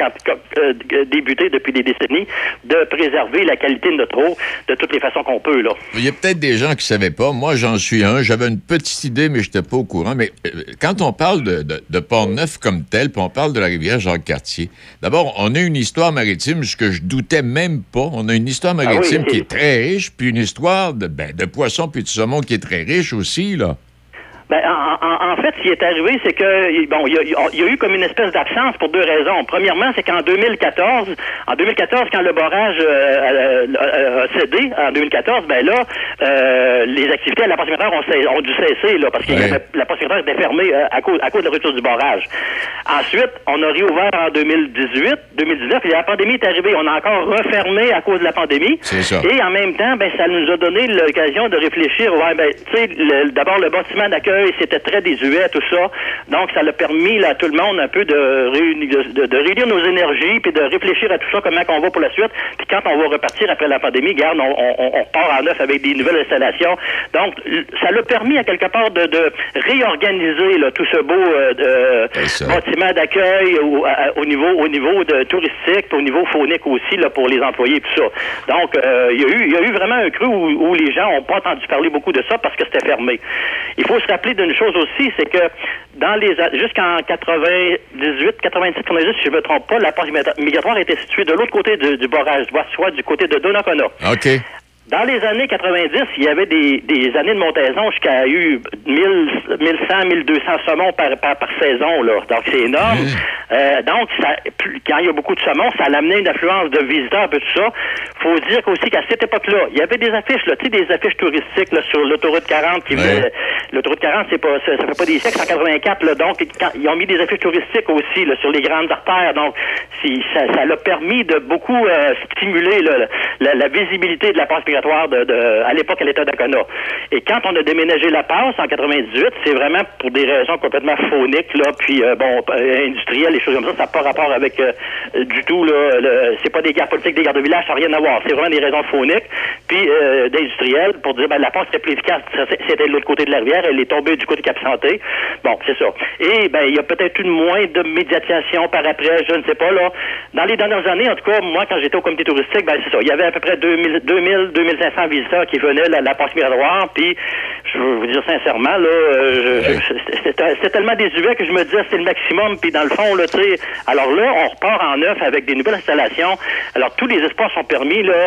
débuté depuis des décennies, de préserver la qualité de notre eau de toutes les façons qu'on peut, là. Il y a peut-être des gens qui ne savaient pas. Moi, j'en suis un. J'avais une petite idée, mais je n'étais pas au courant. Mais quand on parle de Port-Neuf comme tel, puis on parle de la rivière Jacques-Cartier. D'abord, on a une histoire maritime, ce que je doutais même pas. On a une histoire maritime qui est très riche, puis une histoire de poissons puis de saumon qui est très riche aussi, là. Ben, en fait, ce qui est arrivé, c'est que, bon, il y a eu comme une espèce d'absence pour deux raisons. Premièrement, c'est qu'en 2014, quand le barrage a cédé, en 2014, ben là, les activités à la Pointe-Saint-Victor ont dû cesser, là, parce que la Pointe-Saint-Victor était fermée à cause de la rupture du barrage. Ensuite, on a réouvert en 2018, 2019, et la pandémie est arrivée. On a encore refermé à cause de la pandémie. C'est ça. Et en même temps, ben, ça nous a donné l'occasion de réfléchir, tu sais, d'abord, le bâtiment d'accueil, c'était très désuet, tout ça. Donc, ça a permis là, à tout le monde un peu de réunir nos énergies puis de réfléchir à tout ça, comment on va pour la suite. Puis quand on va repartir après la pandémie, regarde, on repart en neuf avec des nouvelles installations. Donc, ça l'a permis à quelque part de réorganiser là, tout ce beau bâtiment d'accueil au niveau de touristique, puis au niveau faunique aussi là, pour les employés et tout ça. Donc, il y a eu vraiment un creux où les gens n'ont pas entendu parler beaucoup de ça parce que c'était fermé. Il faut se rappeler d'une chose aussi, c'est que jusqu'en 98, 97, 98, si je ne me trompe pas, la passe migratoire était située de l'autre côté du barrage, soit du côté de Donnacona. OK. Dans les années 90, il y avait des années de montaison jusqu'à 1100, 1200 saumons par saison, là. Donc, c'est énorme. Donc, quand il y a beaucoup de saumons, ça a amené une affluence de visiteurs, tout ça. Faut dire aussi qu'à cette époque-là, il y avait des affiches, là, tu sais, des affiches touristiques, là, sur l'autoroute 40 qui l'autoroute 40, ça fait pas des siècles, c'est en 84, là. Donc, ils ont mis des affiches touristiques aussi, là, sur les grandes artères. Donc, ça l'a permis de beaucoup stimuler, là, la visibilité de la passe migratoire à l'époque, elle était à Dacona. Et quand on a déménagé la passe en 98, c'est vraiment pour des raisons complètement phoniques, là, puis industrielles, les choses comme ça n'a pas rapport avec du tout, là, c'est pas des guerres politiques, des guerres de village, ça n'a rien à voir. C'est vraiment des raisons phoniques, puis d'industriels, pour dire, la passe serait plus efficace. C'était de l'autre côté de la rivière, elle est tombée du côté Cap-Santé. Bon, c'est ça. Et, il y a peut-être eu moins de médiatisation par après, je ne sais pas, là. Dans les dernières années, en tout cas, moi, quand j'étais au comité touristique, c'est ça. Il y avait à peu près 2500 visiteurs qui venaient la passe migratoire, puis je veux vous dire sincèrement, là, c'était tellement désuet que je me disais c'est le maximum, puis dans le fond, là, tu sais, alors là, on repart en neuf avec des nouvelles installations. Alors, tous les espaces sont permis, là,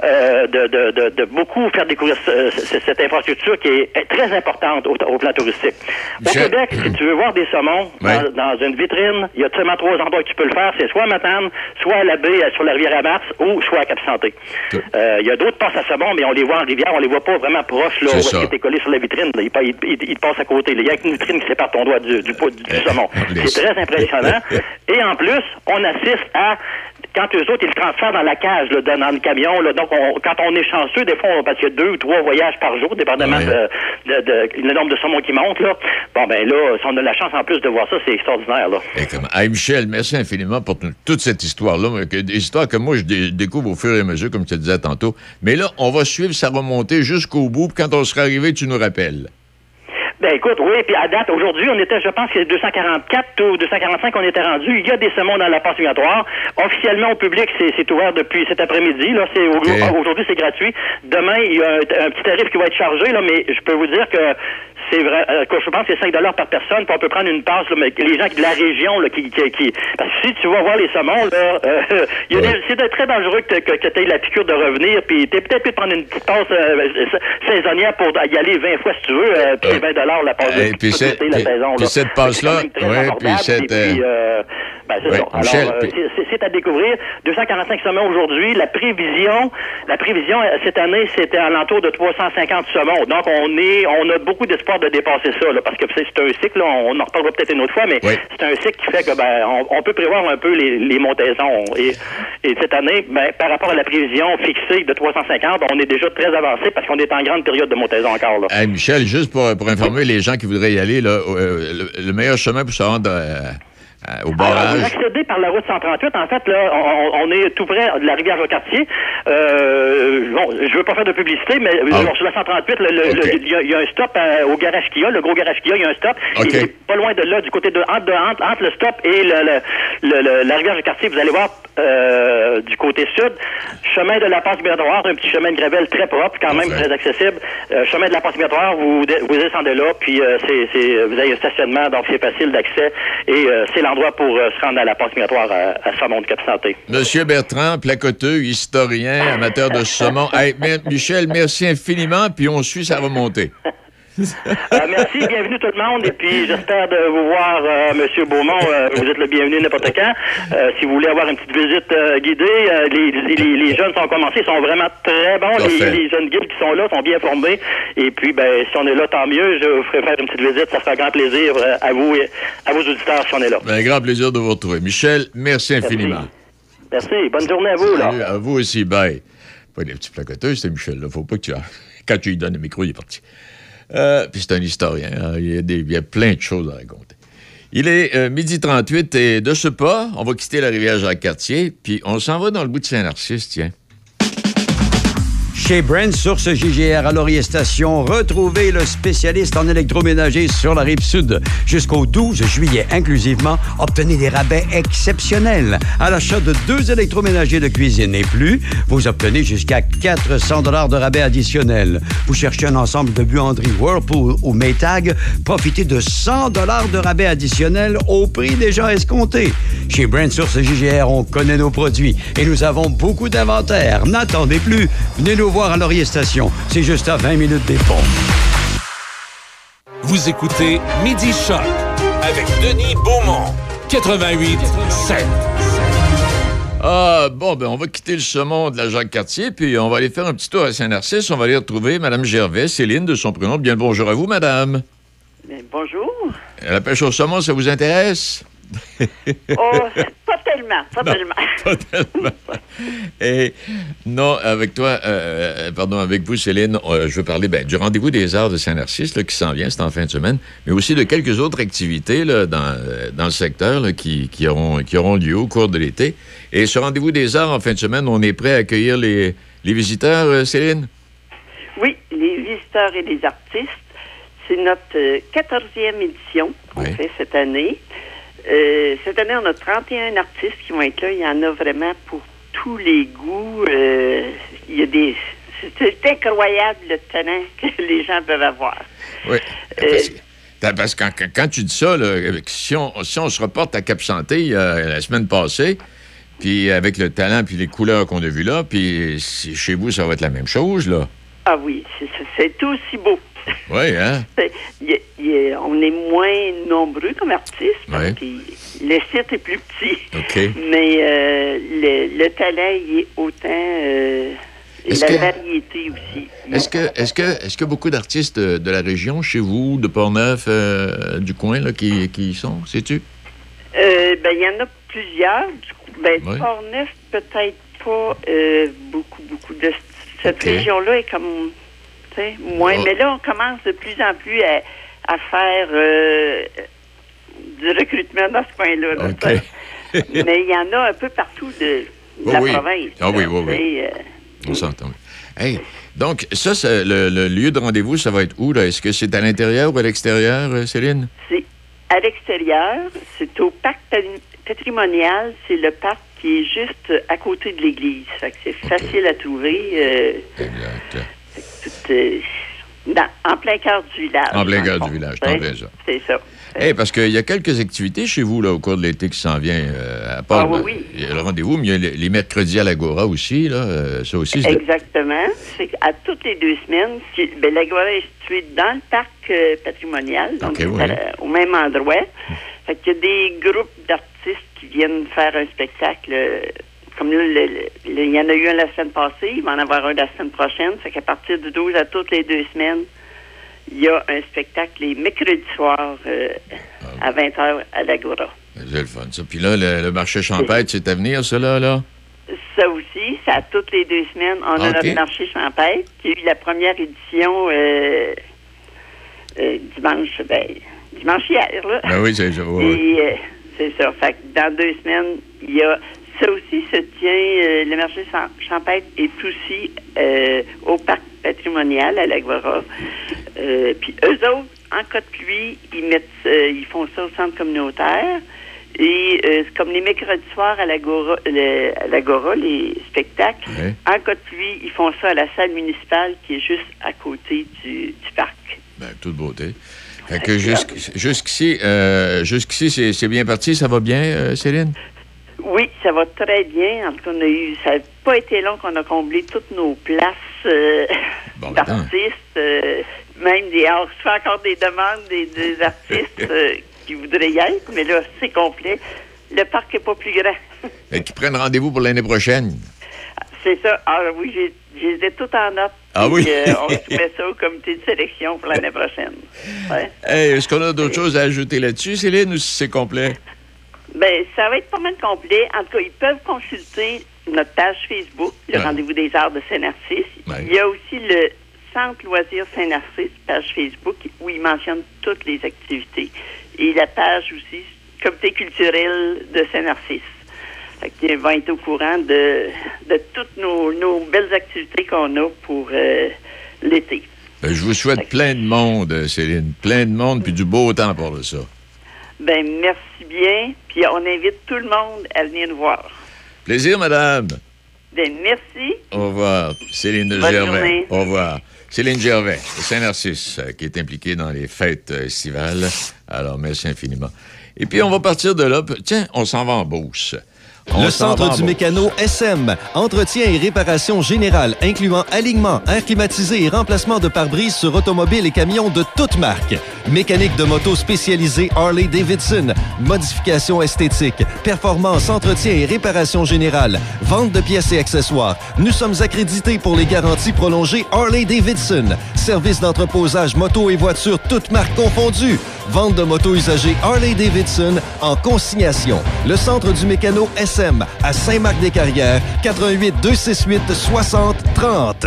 de beaucoup faire découvrir cette infrastructure qui est très importante au plan touristique. Au Québec, si tu veux voir des saumons dans une vitrine, il y a seulement 3 endroits que tu peux le faire. C'est soit à Matane, soit à la baie sur la rivière à Mars, ou soit à Cap-Santé. Il y a d'autres passes à saumon, mais on les voit en rivière, on les voit pas vraiment proches, là, où est-ce que t'es collé sur la vitrine. Là. Il passe à côté. Il y a une vitrine qui sépare ton doigt du saumon. C'est très impressionnant. Et en plus, on assiste à quand eux autres, ils le transfèrent dans la cage, là, dans le camion, là, donc quand on est chanceux, des fois, parce qu'il y a 2 ou 3 voyages par jour, dépendamment le nombre de saumons qui montent, là. Bon, ben là, si on a la chance en plus de voir ça, c'est extraordinaire, là. Hey, Michel, merci infiniment pour toute cette histoire-là. Des histoires que moi, je découvre au fur et à mesure, comme tu te disais tantôt. Mais là, on va suivre sa remontée jusqu'au bout, puis quand on sera arrivé, tu nous rappelles. Ben écoute, oui, puis à date, aujourd'hui, on était, je pense que 244 ou 245, on était rendu. Il y a des saumons dans la passe migratoire. Officiellement, au public, c'est ouvert depuis cet après-midi. Là, aujourd'hui, c'est gratuit. Demain, il y a un petit tarif qui va être chargé, là, mais je peux vous dire que c'est vrai, je pense que c'est 5 $ par personne, puis on peut prendre une passe, là, mais les gens de la région, là, parce que si tu vas voir les saumons, là, c'est très dangereux que tu aies la piqûre de revenir, puis t'es peut-être pu prendre une petite passe saisonnière pour y aller 20 fois si tu veux, puis c'est 20 $ la passe de puis cette passe-là, puis cette... c'est ça. Alors, c'est à découvrir. 245 saumons aujourd'hui. La prévision, cette année, c'était à l'entour de 350 saumons. Donc, on a beaucoup d'espoir de dépasser ça, là, parce que c'est un cycle, là, on en reparlera peut-être une autre fois, mais c'est un cycle qui fait que, on peut prévoir un peu les montaisons. Et cette année, par rapport à la prévision fixée de 350, on est déjà très avancé parce qu'on est en grande période de montaison encore, là. Hey, Michel, juste pour informer les gens qui voudraient y aller, là, le meilleur chemin pour se rendre au barrage. Vous accédez par la route 138. En fait, là, on est tout près de la rivière Jacques-Cartier. Je veux pas faire de publicité, mais sur la 138, il y a un stop au garage Kia, le gros garage Kia, il y a un stop. Il est pas loin de là, du côté entre le stop et la rivière Jacques-Cartier, vous allez voir du côté sud, chemin de la passe migratoire, un petit chemin de gravel très propre, quand même très accessible. Chemin de la passe migratoire, vous descendez là, puis vous avez un stationnement, donc c'est facile d'accès et c'est l'endroit pour se rendre à la passe migratoire à Saumon de Cap-Santé. Monsieur Bertrand, placoteux, historien, amateur de saumon. Hey, Michel, merci infiniment, puis on suit sa remontée. Merci, bienvenue tout le monde, et puis j'espère de vous voir, Monsieur Beaumont, vous êtes le bienvenu n'importe quand. Si vous voulez avoir une petite visite guidée, les jeunes sont commencés, ils sont vraiment très bons, les jeunes guides qui sont là sont bien formés, et puis si on est là, tant mieux, je vous ferai faire une petite visite, ça fera grand plaisir à vous et à vos auditeurs si on est là. Grand plaisir de vous retrouver. Michel, merci infiniment. Merci, bonne journée à vous. Salut, à vous aussi, bye. Pas des petits placoteux, c'est Michel, là, faut pas que tu... Quand tu lui donnes le micro, il est parti. Puis c'est un historien, hein? Il y a plein de choses à raconter. Il est 12h38 et de ce pas, on va quitter la rivière Jacques-Cartier, puis on s'en va dans le bout de Saint-Narcisse, tiens. Chez Brand Source JGR à Laurier Station, retrouvez le spécialiste en électroménager sur la Rive-Sud. Jusqu'au 12 juillet inclusivement, obtenez des rabais exceptionnels. À l'achat de 2 électroménagers de cuisine et plus, vous obtenez jusqu'à 400 $ de rabais additionnels. Vous cherchez un ensemble de buanderies Whirlpool ou Maytag, profitez de 100 $ de rabais additionnels au prix déjà escompté. Chez Brand Source JGR, on connaît nos produits et nous avons beaucoup d'inventaire. N'attendez plus, venez nous voir à Laurier Station. C'est juste à 20 minutes des ponts. Vous écoutez Midi Choc avec Denis Beaumont, 88.7. On va quitter le saumon de la Jacques-Cartier, puis on va aller faire un petit tour à Saint-Narcisse. On va aller retrouver Mme Gervais, Céline de son prénom. Bien le bonjour à vous, madame. Bonjour. La pêche au saumon, ça vous intéresse? Oh, pas tellement. Pas tellement. Et non, avec toi, avec vous, Céline, je veux parler du Rendez-vous des Arts de Saint-Narcisse là, qui s'en vient, c'est en fin de semaine, mais aussi de quelques autres activités là, dans le secteur là, qui auront lieu au cours de l'été. Et ce Rendez-vous des Arts, en fin de semaine, on est prêt à accueillir les visiteurs, Céline? Oui, les visiteurs et les artistes. C'est notre 14e édition qu'on fait cette année. Cette année, on a 31 artistes qui vont être là. Il y en a vraiment pour tous les goûts. C'est incroyable le talent que les gens peuvent avoir. Oui, parce que quand tu dis ça, là, si on se reporte à Cap Santé la semaine passée, puis avec le talent puis les couleurs qu'on a vues là, puis chez vous, ça va être la même chose, là. Ah oui, c'est aussi beau. Oui, hein? On est moins nombreux comme artistes parce que le site est plus petit. OK. Mais le talent, il est autant... la variété aussi. Est-ce que beaucoup d'artistes de la région, chez vous, de Portneuf, du coin, là, qui y sont, sais-tu? Il y en a plusieurs. Portneuf, peut-être pas beaucoup de... Cette région-là est comme... moins. Mais là, on commence de plus en plus à faire du recrutement dans ce coin-là. Là, mais il y en a un peu partout de la province. Ah oui. On s'entend. Hey, donc, ça, le lieu de rendez-vous, ça va être où, là? Est-ce que c'est à l'intérieur ou à l'extérieur, Céline? C'est à l'extérieur. C'est au parc patrimonial. C'est le parc qui est juste à côté de l'église. Fait que c'est facile à trouver. Exact. En plein cœur du village. En plein cœur du village, t'en fais ça. C'est ça. Parce qu'il y a quelques activités chez vous là, au cours de l'été qui s'en vient. À part il y a le rendez-vous, mais il y a les mercredis à l'Agora aussi. Là, ça aussi, exactement. C'est à toutes les 2 semaines. L'Agora est située dans le parc patrimonial, donc au même endroit. Fait qu'il y a des groupes d'artistes qui viennent faire un spectacle. Comme là, il y en a eu un la semaine passée, il va en avoir un la semaine prochaine. Fait qu'à partir du 12 à toutes les 2 semaines, il y a un spectacle les mercredis soirs à 20h à l'Agora. C'est le fun, ça. Puis là, le marché champêtre, c'est à venir, ça, là? Ça aussi, c'est à toutes les 2 semaines. On a notre marché champêtre, qui a eu la première édition dimanche hier, là. Ben oui, c'est ça. Et c'est ça. Fait que dans 2 semaines, il y a... Ça aussi se tient, le marché champêtre est aussi au parc patrimonial à l'Agora. Puis eux autres, en cas de pluie, ils font ça au centre communautaire. Et c'est comme les mercredis soirs à l'Agora, les spectacles. Oui. En cas de pluie, ils font ça à la salle municipale qui est juste à côté du parc. Bien, toute beauté. Fait que jusqu'ici, c'est bien parti. Ça va bien, Céline? Oui, ça va très bien. En tout cas, ça n'a pas été long qu'on a comblé toutes nos places d'artistes. Même on reçoit encore des demandes des artistes qui voudraient y être, mais là, c'est complet. Le parc n'est pas plus grand. Et qui prennent rendez-vous pour l'année prochaine. C'est ça. Ah oui, j'ai tout en note. Ah oui? On soumet ça au comité de sélection pour l'année prochaine. Ouais. Hey, est-ce qu'on a d'autres choses à ajouter là-dessus, Céline, ou si c'est complet? Bien, ça va être pas mal complet. En tout cas, ils peuvent consulter notre page Facebook, le Rendez-vous des Arts de Saint-Narcisse. Ouais. Il y a aussi le Centre Loisirs Saint-Narcisse, page Facebook, où ils mentionnent toutes les activités. Et la page aussi, Comité culturel de Saint-Narcisse. Fait qu'ils vont être au courant de toutes nos belles activités qu'on a pour l'été. Ben, je vous souhaite plein de monde, Céline. Plein de monde, puis du beau temps pour ça. Ben merci bien. Puis on invite tout le monde à venir nous voir. Plaisir, madame. Ben merci. Au revoir. Céline Bonne Gervais. Journée. Au revoir. Céline Gervais, de Saint-Narcisse, qui est impliquée dans les fêtes estivales. Alors, merci infiniment. Et puis, on va partir de là. Tiens, on s'en va en Beauce. Le Centre du Mécano SM. Entretien et réparation générale, incluant alignement, air climatisé et remplacement de pare-brise sur automobiles et camions de toutes marques. Mécanique de moto spécialisée Harley-Davidson. Modification esthétique. Performance, entretien et réparation générale. Vente de pièces et accessoires. Nous sommes accrédités pour les garanties prolongées Harley-Davidson. Service d'entreposage moto et voitures, toutes marques confondues. Vente de motos usagées Harley-Davidson en consignation. Le centre du mécano SM à Saint-Marc-des-Carrières, 88 268 60 30.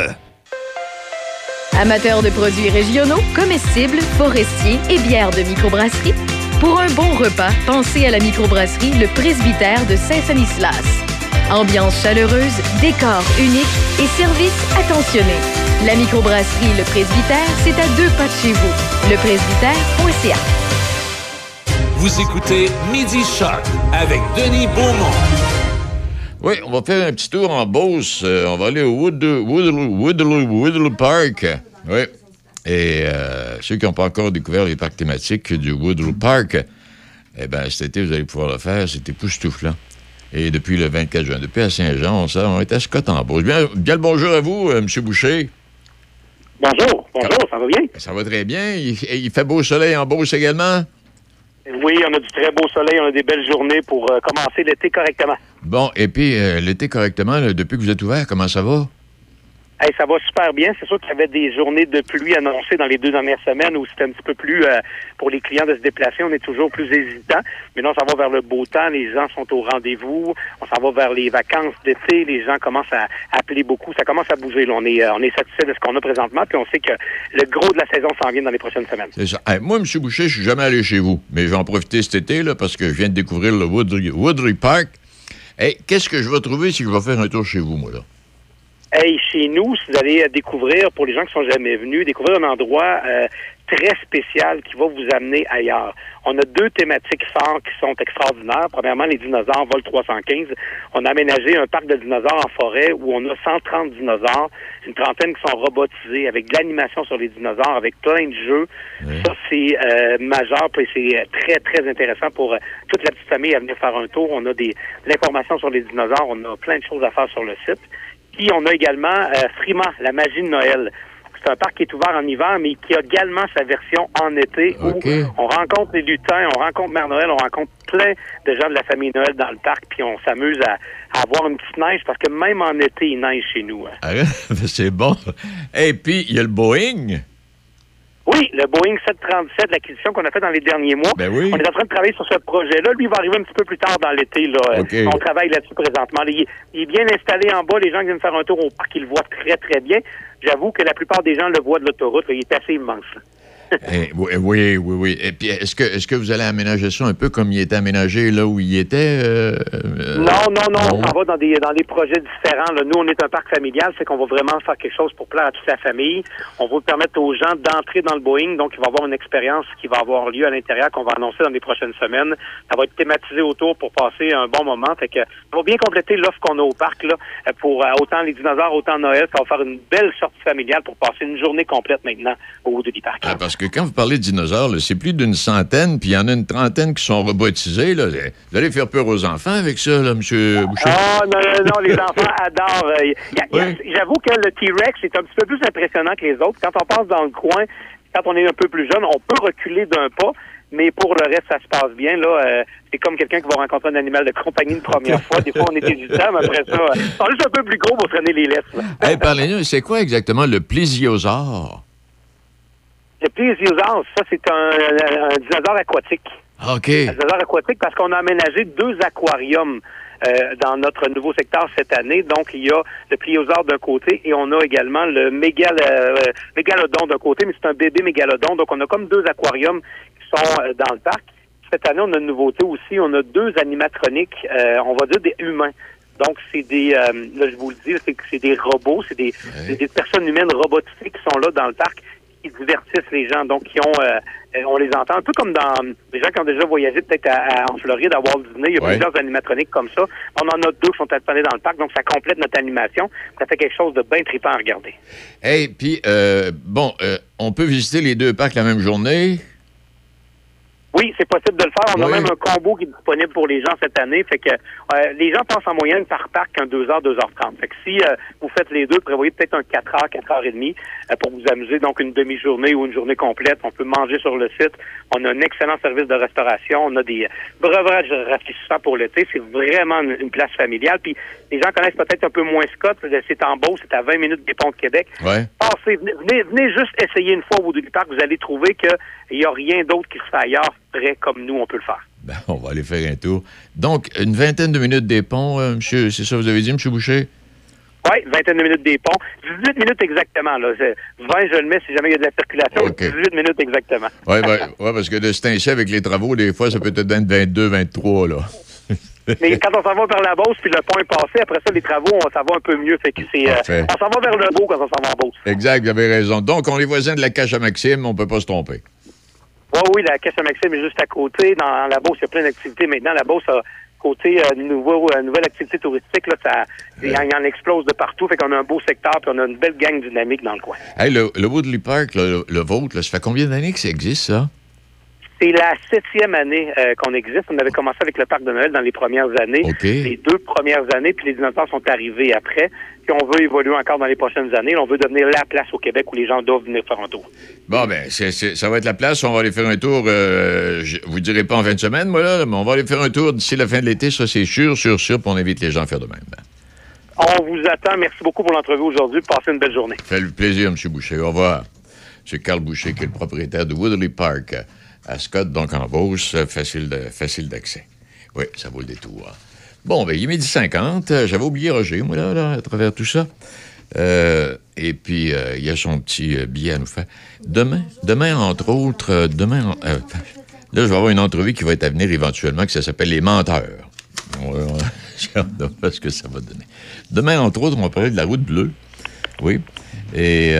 Amateurs de produits régionaux, comestibles, forestiers et bières de microbrasserie, pour un bon repas, pensez à la microbrasserie Le Presbytère de Saint-Sanislas. Ambiance chaleureuse, décor unique et service attentionné. La microbrasserie Le Presbytère, c'est à 2 pas de chez vous. Lepresbytère.ca. Vous écoutez Midi Choc avec Denis Beaumont. Oui, on va faire un petit tour en Beauce. On va aller au Woodley Park. Oui. Et ceux qui n'ont pas encore découvert les parcs thématiques du Woodley Park, eh bien, cet été, vous allez pouvoir le faire. C'est époustouflant. Et depuis le 24 juin, depuis à Saint-Jean, on est à Scott en Beauce. Bien le bonjour à vous, M. Boucher. Bonjour, ça va bien? Ça va très bien. Il fait beau soleil en Beauce également? Oui, on a du très beau soleil, on a des belles journées pour commencer l'été correctement. Bon, et puis l'été correctement, là, depuis que vous êtes ouvert, comment ça va? Hey, ça va super bien. C'est sûr qu'il y avait des journées de pluie annoncées dans les 2 dernières semaines où c'était un petit peu plus pour les clients de se déplacer. On est toujours plus hésitants. Mais non, ça va vers le beau temps. Les gens sont au rendez-vous. On s'en va vers les vacances d'été. Les gens commencent à appeler beaucoup. Ça commence à bouger. Là. On est satisfait de ce qu'on a présentement. Puis on sait que le gros de la saison s'en vient dans les prochaines semaines. C'est ça. Hey, moi, M. Boucher, je suis jamais allé chez vous. Mais je vais en profiter cet été là, parce que je viens de découvrir le Woodley Park. Hey, qu'est-ce que je vais trouver si je vais faire un tour chez vous, moi, là? Hey, chez nous, si vous allez découvrir, pour les gens qui sont jamais venus, découvrir un endroit très spécial qui va vous amener ailleurs. On a 2 thématiques phares qui sont extraordinaires. Premièrement, les dinosaures Vol 315. On a aménagé un parc de dinosaures en forêt où on a 130 dinosaures, une trentaine qui sont robotisés, avec de l'animation sur les dinosaures, avec plein de jeux. Oui. Ça, c'est majeur, puis c'est très, très intéressant pour toute la petite famille à venir faire un tour. On a de l'information sur les dinosaures, on a plein de choses à faire sur le site. Puis on a également Frima, la magie de Noël. C'est un parc qui est ouvert en hiver, mais qui a également sa version en été, où on rencontre les lutins, on rencontre Mère Noël, on rencontre plein de gens de la famille Noël dans le parc, puis on s'amuse à avoir une petite neige, parce que même en été, il neige chez nous. Hein. Ah, c'est bon. Et puis, il y a le Boeing. Oui, le Boeing 737, l'acquisition qu'on a fait dans les derniers mois. Ben oui. On est en train de travailler sur ce projet-là. Lui, il va arriver un petit peu plus tard dans l'été. Là. Okay. On travaille là-dessus présentement. Il est bien installé en bas. Les gens qui viennent faire un tour au parc, ils le voient très, très bien. J'avoue que la plupart des gens le voient de l'autoroute. Là. Il est assez immense. Oui. Et puis, est-ce que vous allez aménager ça un peu comme il était aménagé là où il était? Non. On s'en va dans des projets différents. Là. Nous, on est un parc familial, c'est qu'on va vraiment faire quelque chose pour plaire à toute la famille. On va permettre aux gens d'entrer dans le Boeing, donc il va y avoir une expérience qui va avoir lieu à l'intérieur qu'on va annoncer dans les prochaines semaines. Ça va être thématisé autour pour passer un bon moment. Fait que ça va bien compléter l'offre qu'on a au parc là pour autant les dinosaures, autant Noël. Ça va faire une belle sortie familiale pour passer une journée complète maintenant au Woodley Park. Ah, parce que quand vous parlez de dinosaures, là, c'est plus d'une centaine, puis il y en a une trentaine qui sont robotisés. Là. Vous allez faire peur aux enfants avec ça, là, M. Boucher? Ah, non, les enfants adorent. J'avoue que le T-Rex est un petit peu plus impressionnant que les autres. Quand on passe dans le coin, quand on est un peu plus jeune, on peut reculer d'un pas, mais pour le reste, ça se passe bien. Là, c'est comme quelqu'un qui va rencontrer un animal de compagnie une première fois. Des fois, on est hésitant, mais après ça, on est juste un peu plus gros pour traîner les laisses. Hey, parlez-nous, c'est quoi exactement le plésiosaure? Le plésiosaure, ça, c'est un dinosaure aquatique. OK. Un dinosaure aquatique parce qu'on a aménagé 2 aquariums dans notre nouveau secteur cette année. Donc, il y a le plésiosaure d'un côté et on a également le mégalodon d'un côté, mais c'est un bébé mégalodon. Donc, on a comme 2 aquariums qui sont dans le parc. Cette année, on a une nouveauté aussi. On a 2 animatroniques, on va dire des humains. Donc, c'est des, là, je vous le dis, c'est des robots, c'est des personnes humaines robotisées qui sont là dans le parc, qui divertissent les gens. Donc, on les entend un peu comme dans les gens qui ont déjà voyagé peut-être en Floride à Walt Disney. Il y a plusieurs animatroniques comme ça. On en a 2 qui sont installés dans le parc, donc ça complète notre animation. Ça fait quelque chose de bien trippant à regarder. Hey, puis, on peut visiter les 2 parcs la même journée? Oui, c'est possible de le faire. On a Oui. même un combo qui est disponible pour les gens cette année. Fait que les gens passent en moyenne par parc un 2h, 2h30. Fait que si vous faites les deux, prévoyez peut-être un 4h, 4h30 pour vous amuser. Donc une demi-journée ou une journée complète. On peut manger sur le site. On a un excellent service de restauration. On a des breuvages rafraîchissants pour l'été. C'est vraiment une place familiale. Puis les gens connaissent peut-être un peu moins Scott. C'est en Beauce, c'est à 20 minutes des ponts de Québec. Ouais. Passez, venez juste essayer une fois au bout du parc. Vous allez trouver qu'il n'y a rien d'autre qui se fait ailleurs, près comme nous, on peut le faire. Ben, on va aller faire un tour. Donc, une vingtaine de minutes des ponts, monsieur, c'est ça que vous avez dit, monsieur Boucher? Oui, vingtaine de minutes des ponts. 18 minutes exactement. Là. 20, je le mets si jamais il y a de la circulation. OK. 18 minutes exactement. Oui, parce que de ce temps-ci, avec les travaux, des fois, ça peut être 22, 23, là. Mais quand on s'en va vers la Beauce, puis le pont est passé, après ça, les travaux, ça va un peu mieux. Fait que c'est, Parfait. on s'en va vers le beau quand on s'en va en Beauce. Exact, vous avez raison. Donc, on est voisins de la Cache à Maxime, on peut pas se tromper. Oui, la Caisse à Maxime est juste à côté. Dans la Beauce, il y a plein d'activités. Maintenant, la Beauce a côté nouvelle activité touristique. Là, il en explose de partout. Fait qu'on a un beau secteur, puis on a une belle gang dynamique dans le coin. Hey, le Woodley Park, là, le vôtre, là, ça fait combien d'années que ça existe, ça? C'est la 7e année qu'on existe. On avait commencé avec le parc de Noël dans les premières années. OK. Les 2 premières années, puis les dinosaures sont arrivés après. Puis on veut évoluer encore dans les prochaines années. On veut devenir la place au Québec où les gens doivent venir faire un tour. Bon, ben, ça va être la place. On va aller faire un tour. Je vous dirai pas en fin de semaine, moi, là, mais on va aller faire un tour d'ici la fin de l'été. Ça, c'est sûr. Puis on invite les gens à faire de même. On vous attend. Merci beaucoup pour l'entrevue aujourd'hui. Passez une belle journée. Ça fait plaisir, M. Boucher. Au revoir. M. Carl Boucher, qui est le propriétaire de Woodley Park à Scott, donc en Beauce. Facile d'accès. Oui, ça vaut le détour. Bon, ben, il est 12h50. J'avais oublié Roger, moi, là, à travers tout ça. Et puis, il y a son petit billet à nous faire. Demain, entre autres, là, je vais avoir une entrevue qui va être à venir éventuellement, que ça s'appelle Les Menteurs. J'ai hâte de voir ce que ça va donner. Demain, entre autres, on va parler de la route bleue. Oui. Et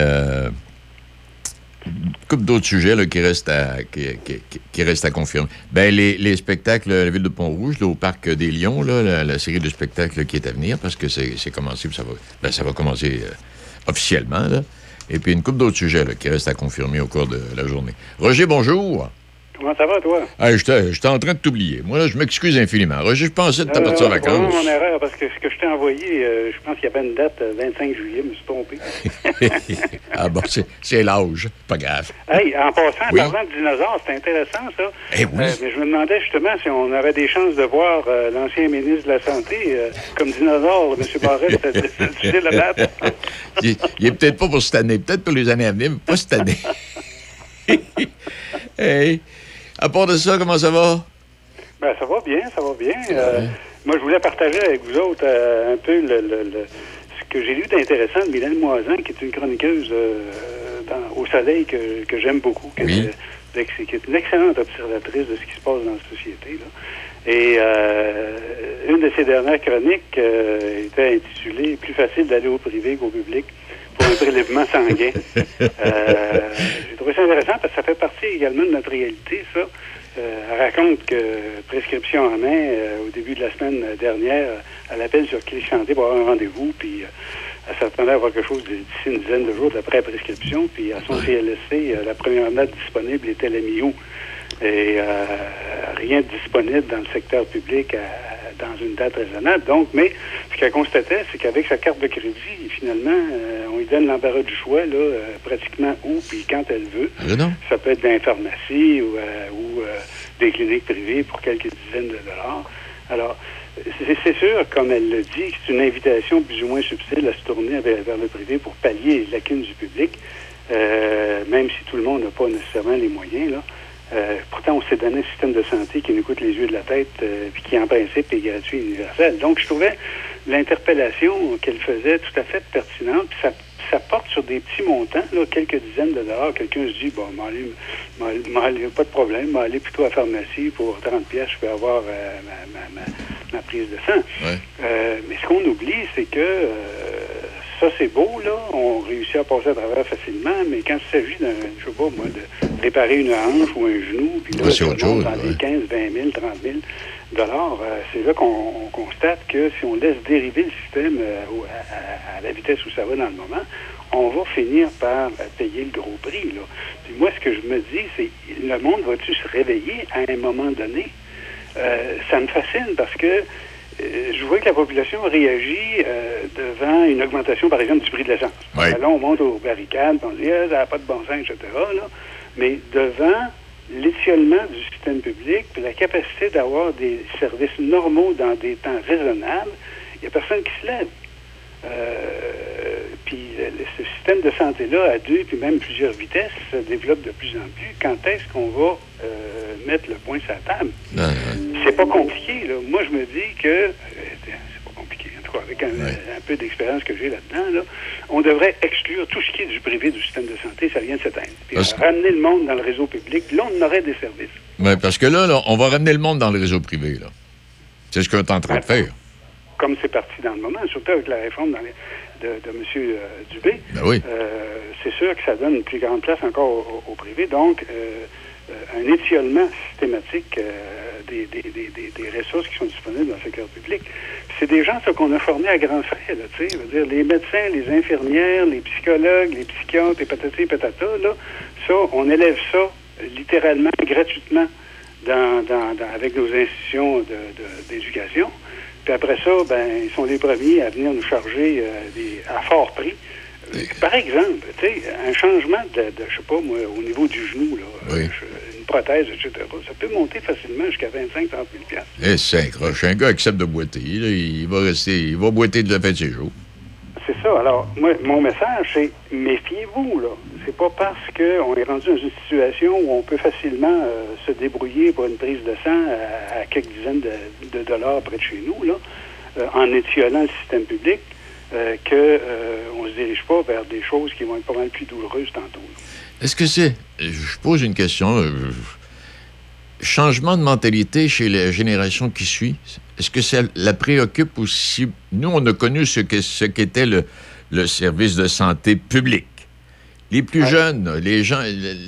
une couple d'autres sujets là, qui restent à confirmer. Ben, les spectacles à la ville de Pont-Rouge, là, au Parc des Lions, là, la série de spectacles là, qui est à venir, parce que c'est commencé, puis ça va commencer officiellement. Là. Et puis une couple d'autres sujets là, qui restent à confirmer au cours de la journée. Roger, bonjour. Comment ça va, toi? Hey, j'étais en train de t'oublier. Moi, là, je m'excuse infiniment. Roger, je pensais de ta partie en vacances. C'est vraiment mon erreur, parce que ce que je t'ai envoyé, je pense qu'il y avait une date 25 juillet, je me suis trompé. Ah bon, c'est l'âge. Pas grave. Hey, en passant, Oui. parlant de dinosaures, c'est intéressant, ça. Eh oui. Mais je me demandais justement si on avait des chances de voir l'ancien ministre de la Santé comme dinosaure, M. Barrette, tu sais la date? Il est peut-être pas pour cette année, peut-être pour les années à venir, mais pas cette année. Hey. À part de ça, comment ça va? Ben, ça va bien, ça va bien. Moi, je voulais partager avec vous autres un peu ce que j'ai lu d'intéressant de Mylène Moisan, qui est une chroniqueuse au Soleil que j'aime beaucoup, qui est une excellente observatrice de ce qui se passe dans la société, là. Et une de ses dernières chroniques était intitulée « Plus facile d'aller au privé qu'au public » pour un prélèvement sanguin. J'ai trouvé ça intéressant parce que ça fait partie également de notre réalité, ça. Elle raconte que prescription en main, au début de la semaine dernière, elle appelle sur Clic Santé pour avoir un rendez-vous, puis elle s'attendait à avoir quelque chose d'ici une dizaine de jours d'après la prescription, puis à son CLSC, la première date disponible était la mi-août. Et rien de disponible dans le secteur public dans une date raisonnable. Donc, mais ce qu'elle constatait, c'est qu'avec sa carte de crédit, finalement, on lui donne l'embarras du choix, là, pratiquement où puis quand elle veut. Ça peut être dans les pharmacies ou des cliniques privées pour quelques dizaines de dollars. Alors, c'est sûr, comme elle le dit, que c'est une invitation plus ou moins subtile à se tourner vers le privé pour pallier les lacunes du public, même si tout le monde n'a pas nécessairement les moyens, là. Pourtant, on s'est donné un système de santé qui nous coûte les yeux de la tête puis qui, en principe, est gratuit et universel. Donc, je trouvais l'interpellation qu'elle faisait tout à fait pertinente. Puis ça porte sur des petits montants, là, quelques dizaines de dollars. Quelqu'un se dit, bon, pas de problème, m'en aller plutôt à la pharmacie pour 30 pièces, je peux avoir ma prise de sang. Ouais. Mais ce qu'on oublie, c'est que ça, c'est beau, là. On réussit à passer à travers facilement, mais quand il s'agit je sais pas, moi, de réparer une hanche ou un genou, puis là, c'est autre chose, dans les 15, 20 000, 30 000 dollars, c'est là qu'on constate que si on laisse dériver le système à la vitesse où ça va dans le moment, on va finir par payer le gros prix, là. Puis moi, ce que je me dis, c'est, le monde va-tu se réveiller à un moment donné? Ça me fascine parce que je vois que la population réagit devant une augmentation, par exemple, du prix de l'essence. Oui. Là, on monte aux barricades, puis on dit ça n'a pas de bon sens, etc. Là. Mais devant l'étiolement du système public, puis la capacité d'avoir des services normaux dans des temps raisonnables, il n'y a personne qui se lève. Puis ce système de santé-là, à 2 puis même plusieurs vitesses, se développe de plus en plus. Quand est-ce qu'on va mettre le point sur la table? C'est pas compliqué, là. Moi, je me dis que... c'est pas compliqué. En tout cas, avec un peu d'expérience que j'ai là-dedans, là, on devrait exclure tout ce qui est du privé du système de santé. Ça vient de s'éteindre. Puis ramener le monde dans le réseau public. Puis là, on aurait des services. Oui, parce que là, on va ramener le monde dans le réseau privé, là. C'est ce qu'on est en train de faire. Comme c'est parti dans le moment, surtout avec la réforme de M. Dubé, c'est sûr que ça donne une plus grande place encore au privé. Donc, un étiolement systématique des ressources qui sont disponibles dans le secteur public. Puis c'est des gens qu'on a formés à grands frais, là, tu sais, dire les médecins, les infirmières, les psychologues, les psychiatres, et patati et patata, là, ça, on élève ça littéralement, gratuitement, avec nos institutions d'éducation. Puis après ça, ils sont les premiers à venir nous charger à fort prix. Par exemple, tu sais, un changement je sais pas moi, au niveau du genou, là, une prothèse, etc., ça peut monter facilement jusqu'à 25 000 $30 000. Eh, c'est croche. Un gars accepte de boiter, là, il va boiter de la fin de ses jours. C'est ça. Alors, moi, mon message, c'est méfiez-vous, là. C'est pas parce qu'on est rendu dans une situation où on peut facilement se débrouiller pour une prise de sang à quelques dizaines de dollars près de chez nous, là, en étiolant le système public, qu'on ne se dirige pas vers des choses qui vont être pas mal plus douloureuses tantôt. Là. Est-ce que c'est... Je pose une question. Changement de mentalité chez les générations qui suivent, est-ce que ça la préoccupe aussi? Nous, on a connu ce qu'était le service de santé public. Les plus jeunes, les gens,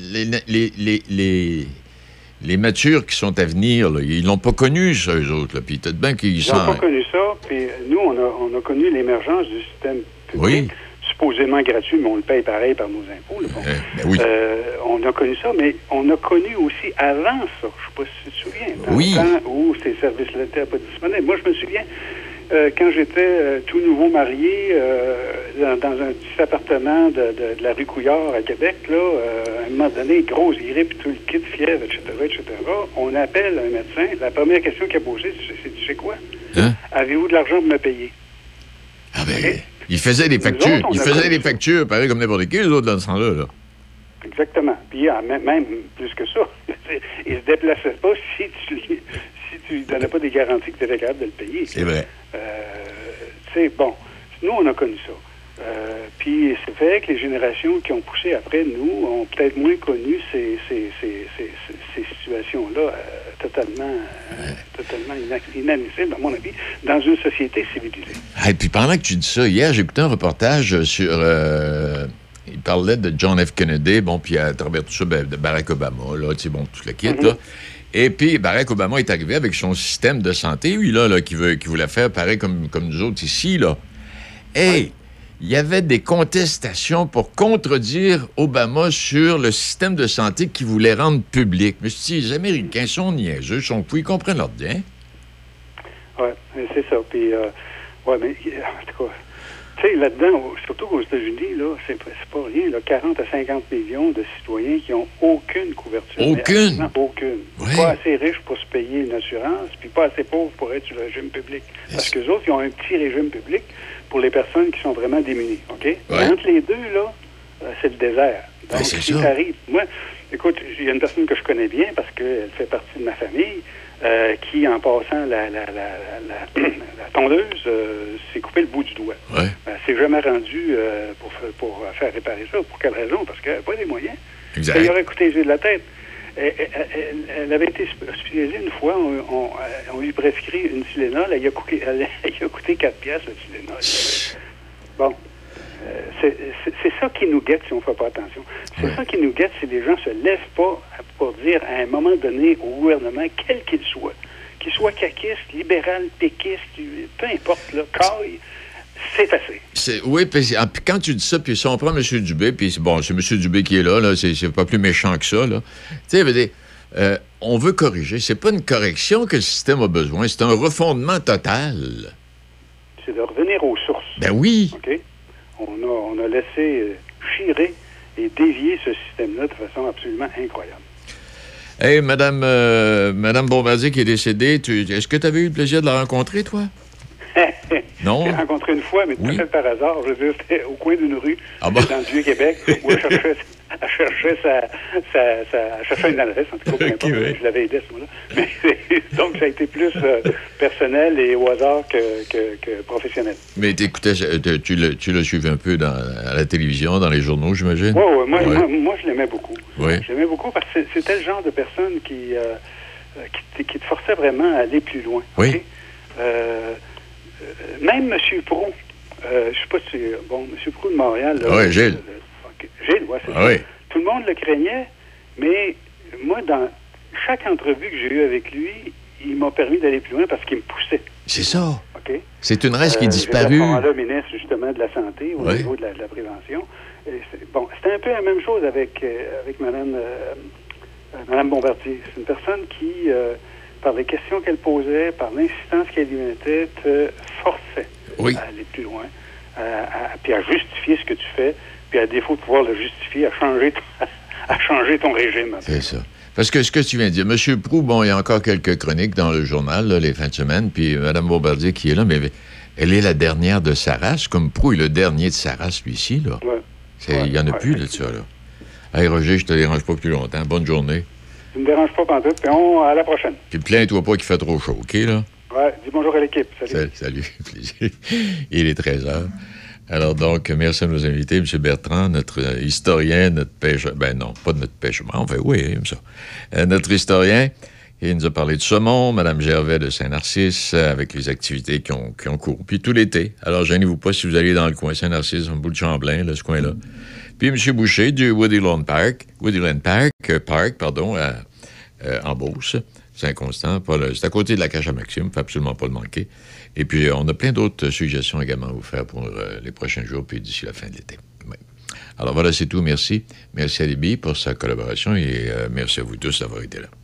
les matures qui sont à venir, là, ils l'ont pas connu, ça, eux autres. Là, puis peut-être bien qu'ils sont... Ils n'ont pas connu ça, puis nous, on a connu l'émergence du système public, supposément gratuit, mais on le paye pareil par nos impôts. Là, bon. On a connu ça, mais on a connu aussi avant ça, je ne sais pas si tu te souviens, dans le temps où ces services-là n'étaient pas disponibles. Moi, je me souviens... quand j'étais tout nouveau marié dans un petit appartement de la rue Couillard à Québec, là, à un moment donné, grosse grippe, tout le kit, fièvre, etc., on appelle un médecin. La première question qu'il a posée, c'est tu sais quoi? Avez-vous de l'argent pour me payer? Ah ben, il faisait des factures. Il faisait des factures, pareil comme n'importe qui, les autres, dans ce temps-là. Là. Exactement. Puis même plus que ça, il ne se déplaçait pas si tu ne donnais pas des garanties que tu étais capable de le payer. C'est vrai. Tu sais, bon, nous, on a connu ça. Puis c'est vrai que les générations qui ont poussé après nous ont peut-être moins connu ces situations-là totalement inadmissibles, à mon avis, dans une société civilisée. Et puis pendant que tu dis ça, hier, j'ai écouté un reportage sur... il parlait de John F. Kennedy, bon, puis à travers tout ça, de Barack Obama, là, tu sais, bon, tout le kit, là. Et puis, Barack Obama est arrivé avec son système de santé, lui, là qui voulait faire pareil comme nous autres ici, là. Hey, il y avait des contestations pour contredire Obama sur le système de santé qu'il voulait rendre public. Mais si les Américains sont niaiseux, sont fous, ils comprennent leur bien. Oui, c'est ça. Puis, ouais, mais, en tout cas... Tu sais, là-dedans, surtout aux États-Unis, là, c'est pas rien, là, 40 à 50 millions de citoyens qui n'ont aucune couverture. Aucune? Aucune. Oui. Pas assez riches pour se payer une assurance, puis pas assez pauvres pour être sur le régime public. Parce qu'eux autres, ils ont un petit régime public pour les personnes qui sont vraiment démunies, OK? Ouais. Entre les deux, là, c'est le désert. Donc, si ça arrive... Moi, écoute, il y a une personne que je connais bien parce qu'elle fait partie de ma famille, qui, en passant la tondeuse, s'est coupé le bout du doigt. Ouais. Elle s'est jamais rendue pour faire réparer ça. Pour quelle raison? Parce qu'elle n'a pas les moyens. Exact. Ça lui aurait coûté les yeux de la tête. Elle avait été hospitalisée une fois. On lui prescrit une Tylenol. Elle a coûté 4 piastres, le Tylenol. Bon. C'est ça qui nous guette si on ne fait pas attention. C'est ça qui nous guette si les gens ne se lèvent pas pour dire à un moment donné au gouvernement, quel qu'il soit caquiste, libéral, péquiste, peu importe, là, caille, c'est assez. Oui, puis quand tu dis ça, puis si on prend M. Dubé, puis c'est M. Dubé qui est là, c'est pas plus méchant que ça, là. Tu sais, veut dire, on veut corriger. C'est pas une correction que le système a besoin, c'est un refondement total. C'est de revenir aux sources. Ben oui. OK? On a laissé chirer et dévier ce système-là de façon absolument incroyable. Hey, Madame Bombardier qui est décédée, est-ce que tu avais eu le plaisir de la rencontrer, toi? Non? J'ai rencontré une fois, mais tout à fait par hasard. Je veux dire, c'était au coin d'une rue, dans le Vieux-Québec, où elle cherchait une adresse, en tout cas, peu importe, je l'avais aidé à ce moment-là. Mais, donc, ça a été plus personnel et au hasard que professionnel. Mais t'écoutais, tu l'as suivi un peu à la télévision, dans les journaux, j'imagine? Oui, moi, je l'aimais beaucoup. Oui. Je l'aimais beaucoup parce que c'était le genre de personne qui te forçait vraiment à aller plus loin. Oui. Okay? Même M. Proulx, je ne sais pas si... Bon, M. Proulx de Montréal... Oui, Gilles. Gilles, oui, c'est ça. Tout le monde le craignait, mais moi, dans chaque entrevue que j'ai eue avec lui, il m'a permis d'aller plus loin parce qu'il me poussait. C'est ça. OK? C'est une race qui est disparue. J'étais à ce moment-là ministre, justement, de la Santé, au niveau de la prévention. Et c'était un peu la même chose avec Mme Bombardier. C'est une personne qui... par les questions qu'elle posait, par l'insistance qu'elle y mettait, te forçait à aller plus loin, puis à justifier ce que tu fais, puis à défaut de pouvoir le justifier, à changer ton régime. C'est ça. Parce que ce que tu viens de dire, M. Proulx, il y a encore quelques chroniques dans le journal, là, les fins de semaine, puis Mme Bombardier qui est là, mais elle est la dernière de sa race, comme Proulx est le dernier de sa race, lui-ci, là. Il n'y en a plus de ça, là. Hey, Roger, je te dérange pas plus longtemps. Bonne journée. Ça ne me dérange pas pantoute, puis à la prochaine. Puis plains-toi pas qu'il fait trop chaud, OK, là? Ouais, dis bonjour à l'équipe. Salut. Salut, plaisir. Il est 13h. Alors donc, merci à nos invités, M. Bertrand, notre historien, notre pêcheur... Ben non, pas notre pêcheur, enfin oui, comme ça. Notre historien, il nous a parlé de saumon, Mme Gervais de Saint-Narcisse, avec les activités qui ont cours, puis tout l'été. Alors, gênez-vous pas si vous allez dans le coin Saint-Narcisse, en bout de Champlain, là, ce coin-là. Puis M. Boucher du Woodyland Park, en Beauce, Saint-Constant, c'est à côté de la cage à Maxime, il ne faut absolument pas le manquer. Et puis, on a plein d'autres suggestions également à vous faire pour les prochains jours, puis d'ici la fin de l'été. Ouais. Alors voilà, c'est tout. Merci. Merci à Libby pour sa collaboration et merci à vous tous d'avoir été là.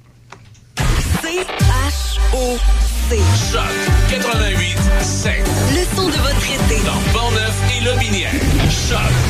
C-H-O-C. Choc 88.7. Le son de votre été. Dans Port-Neuf et Lotbinière. Choc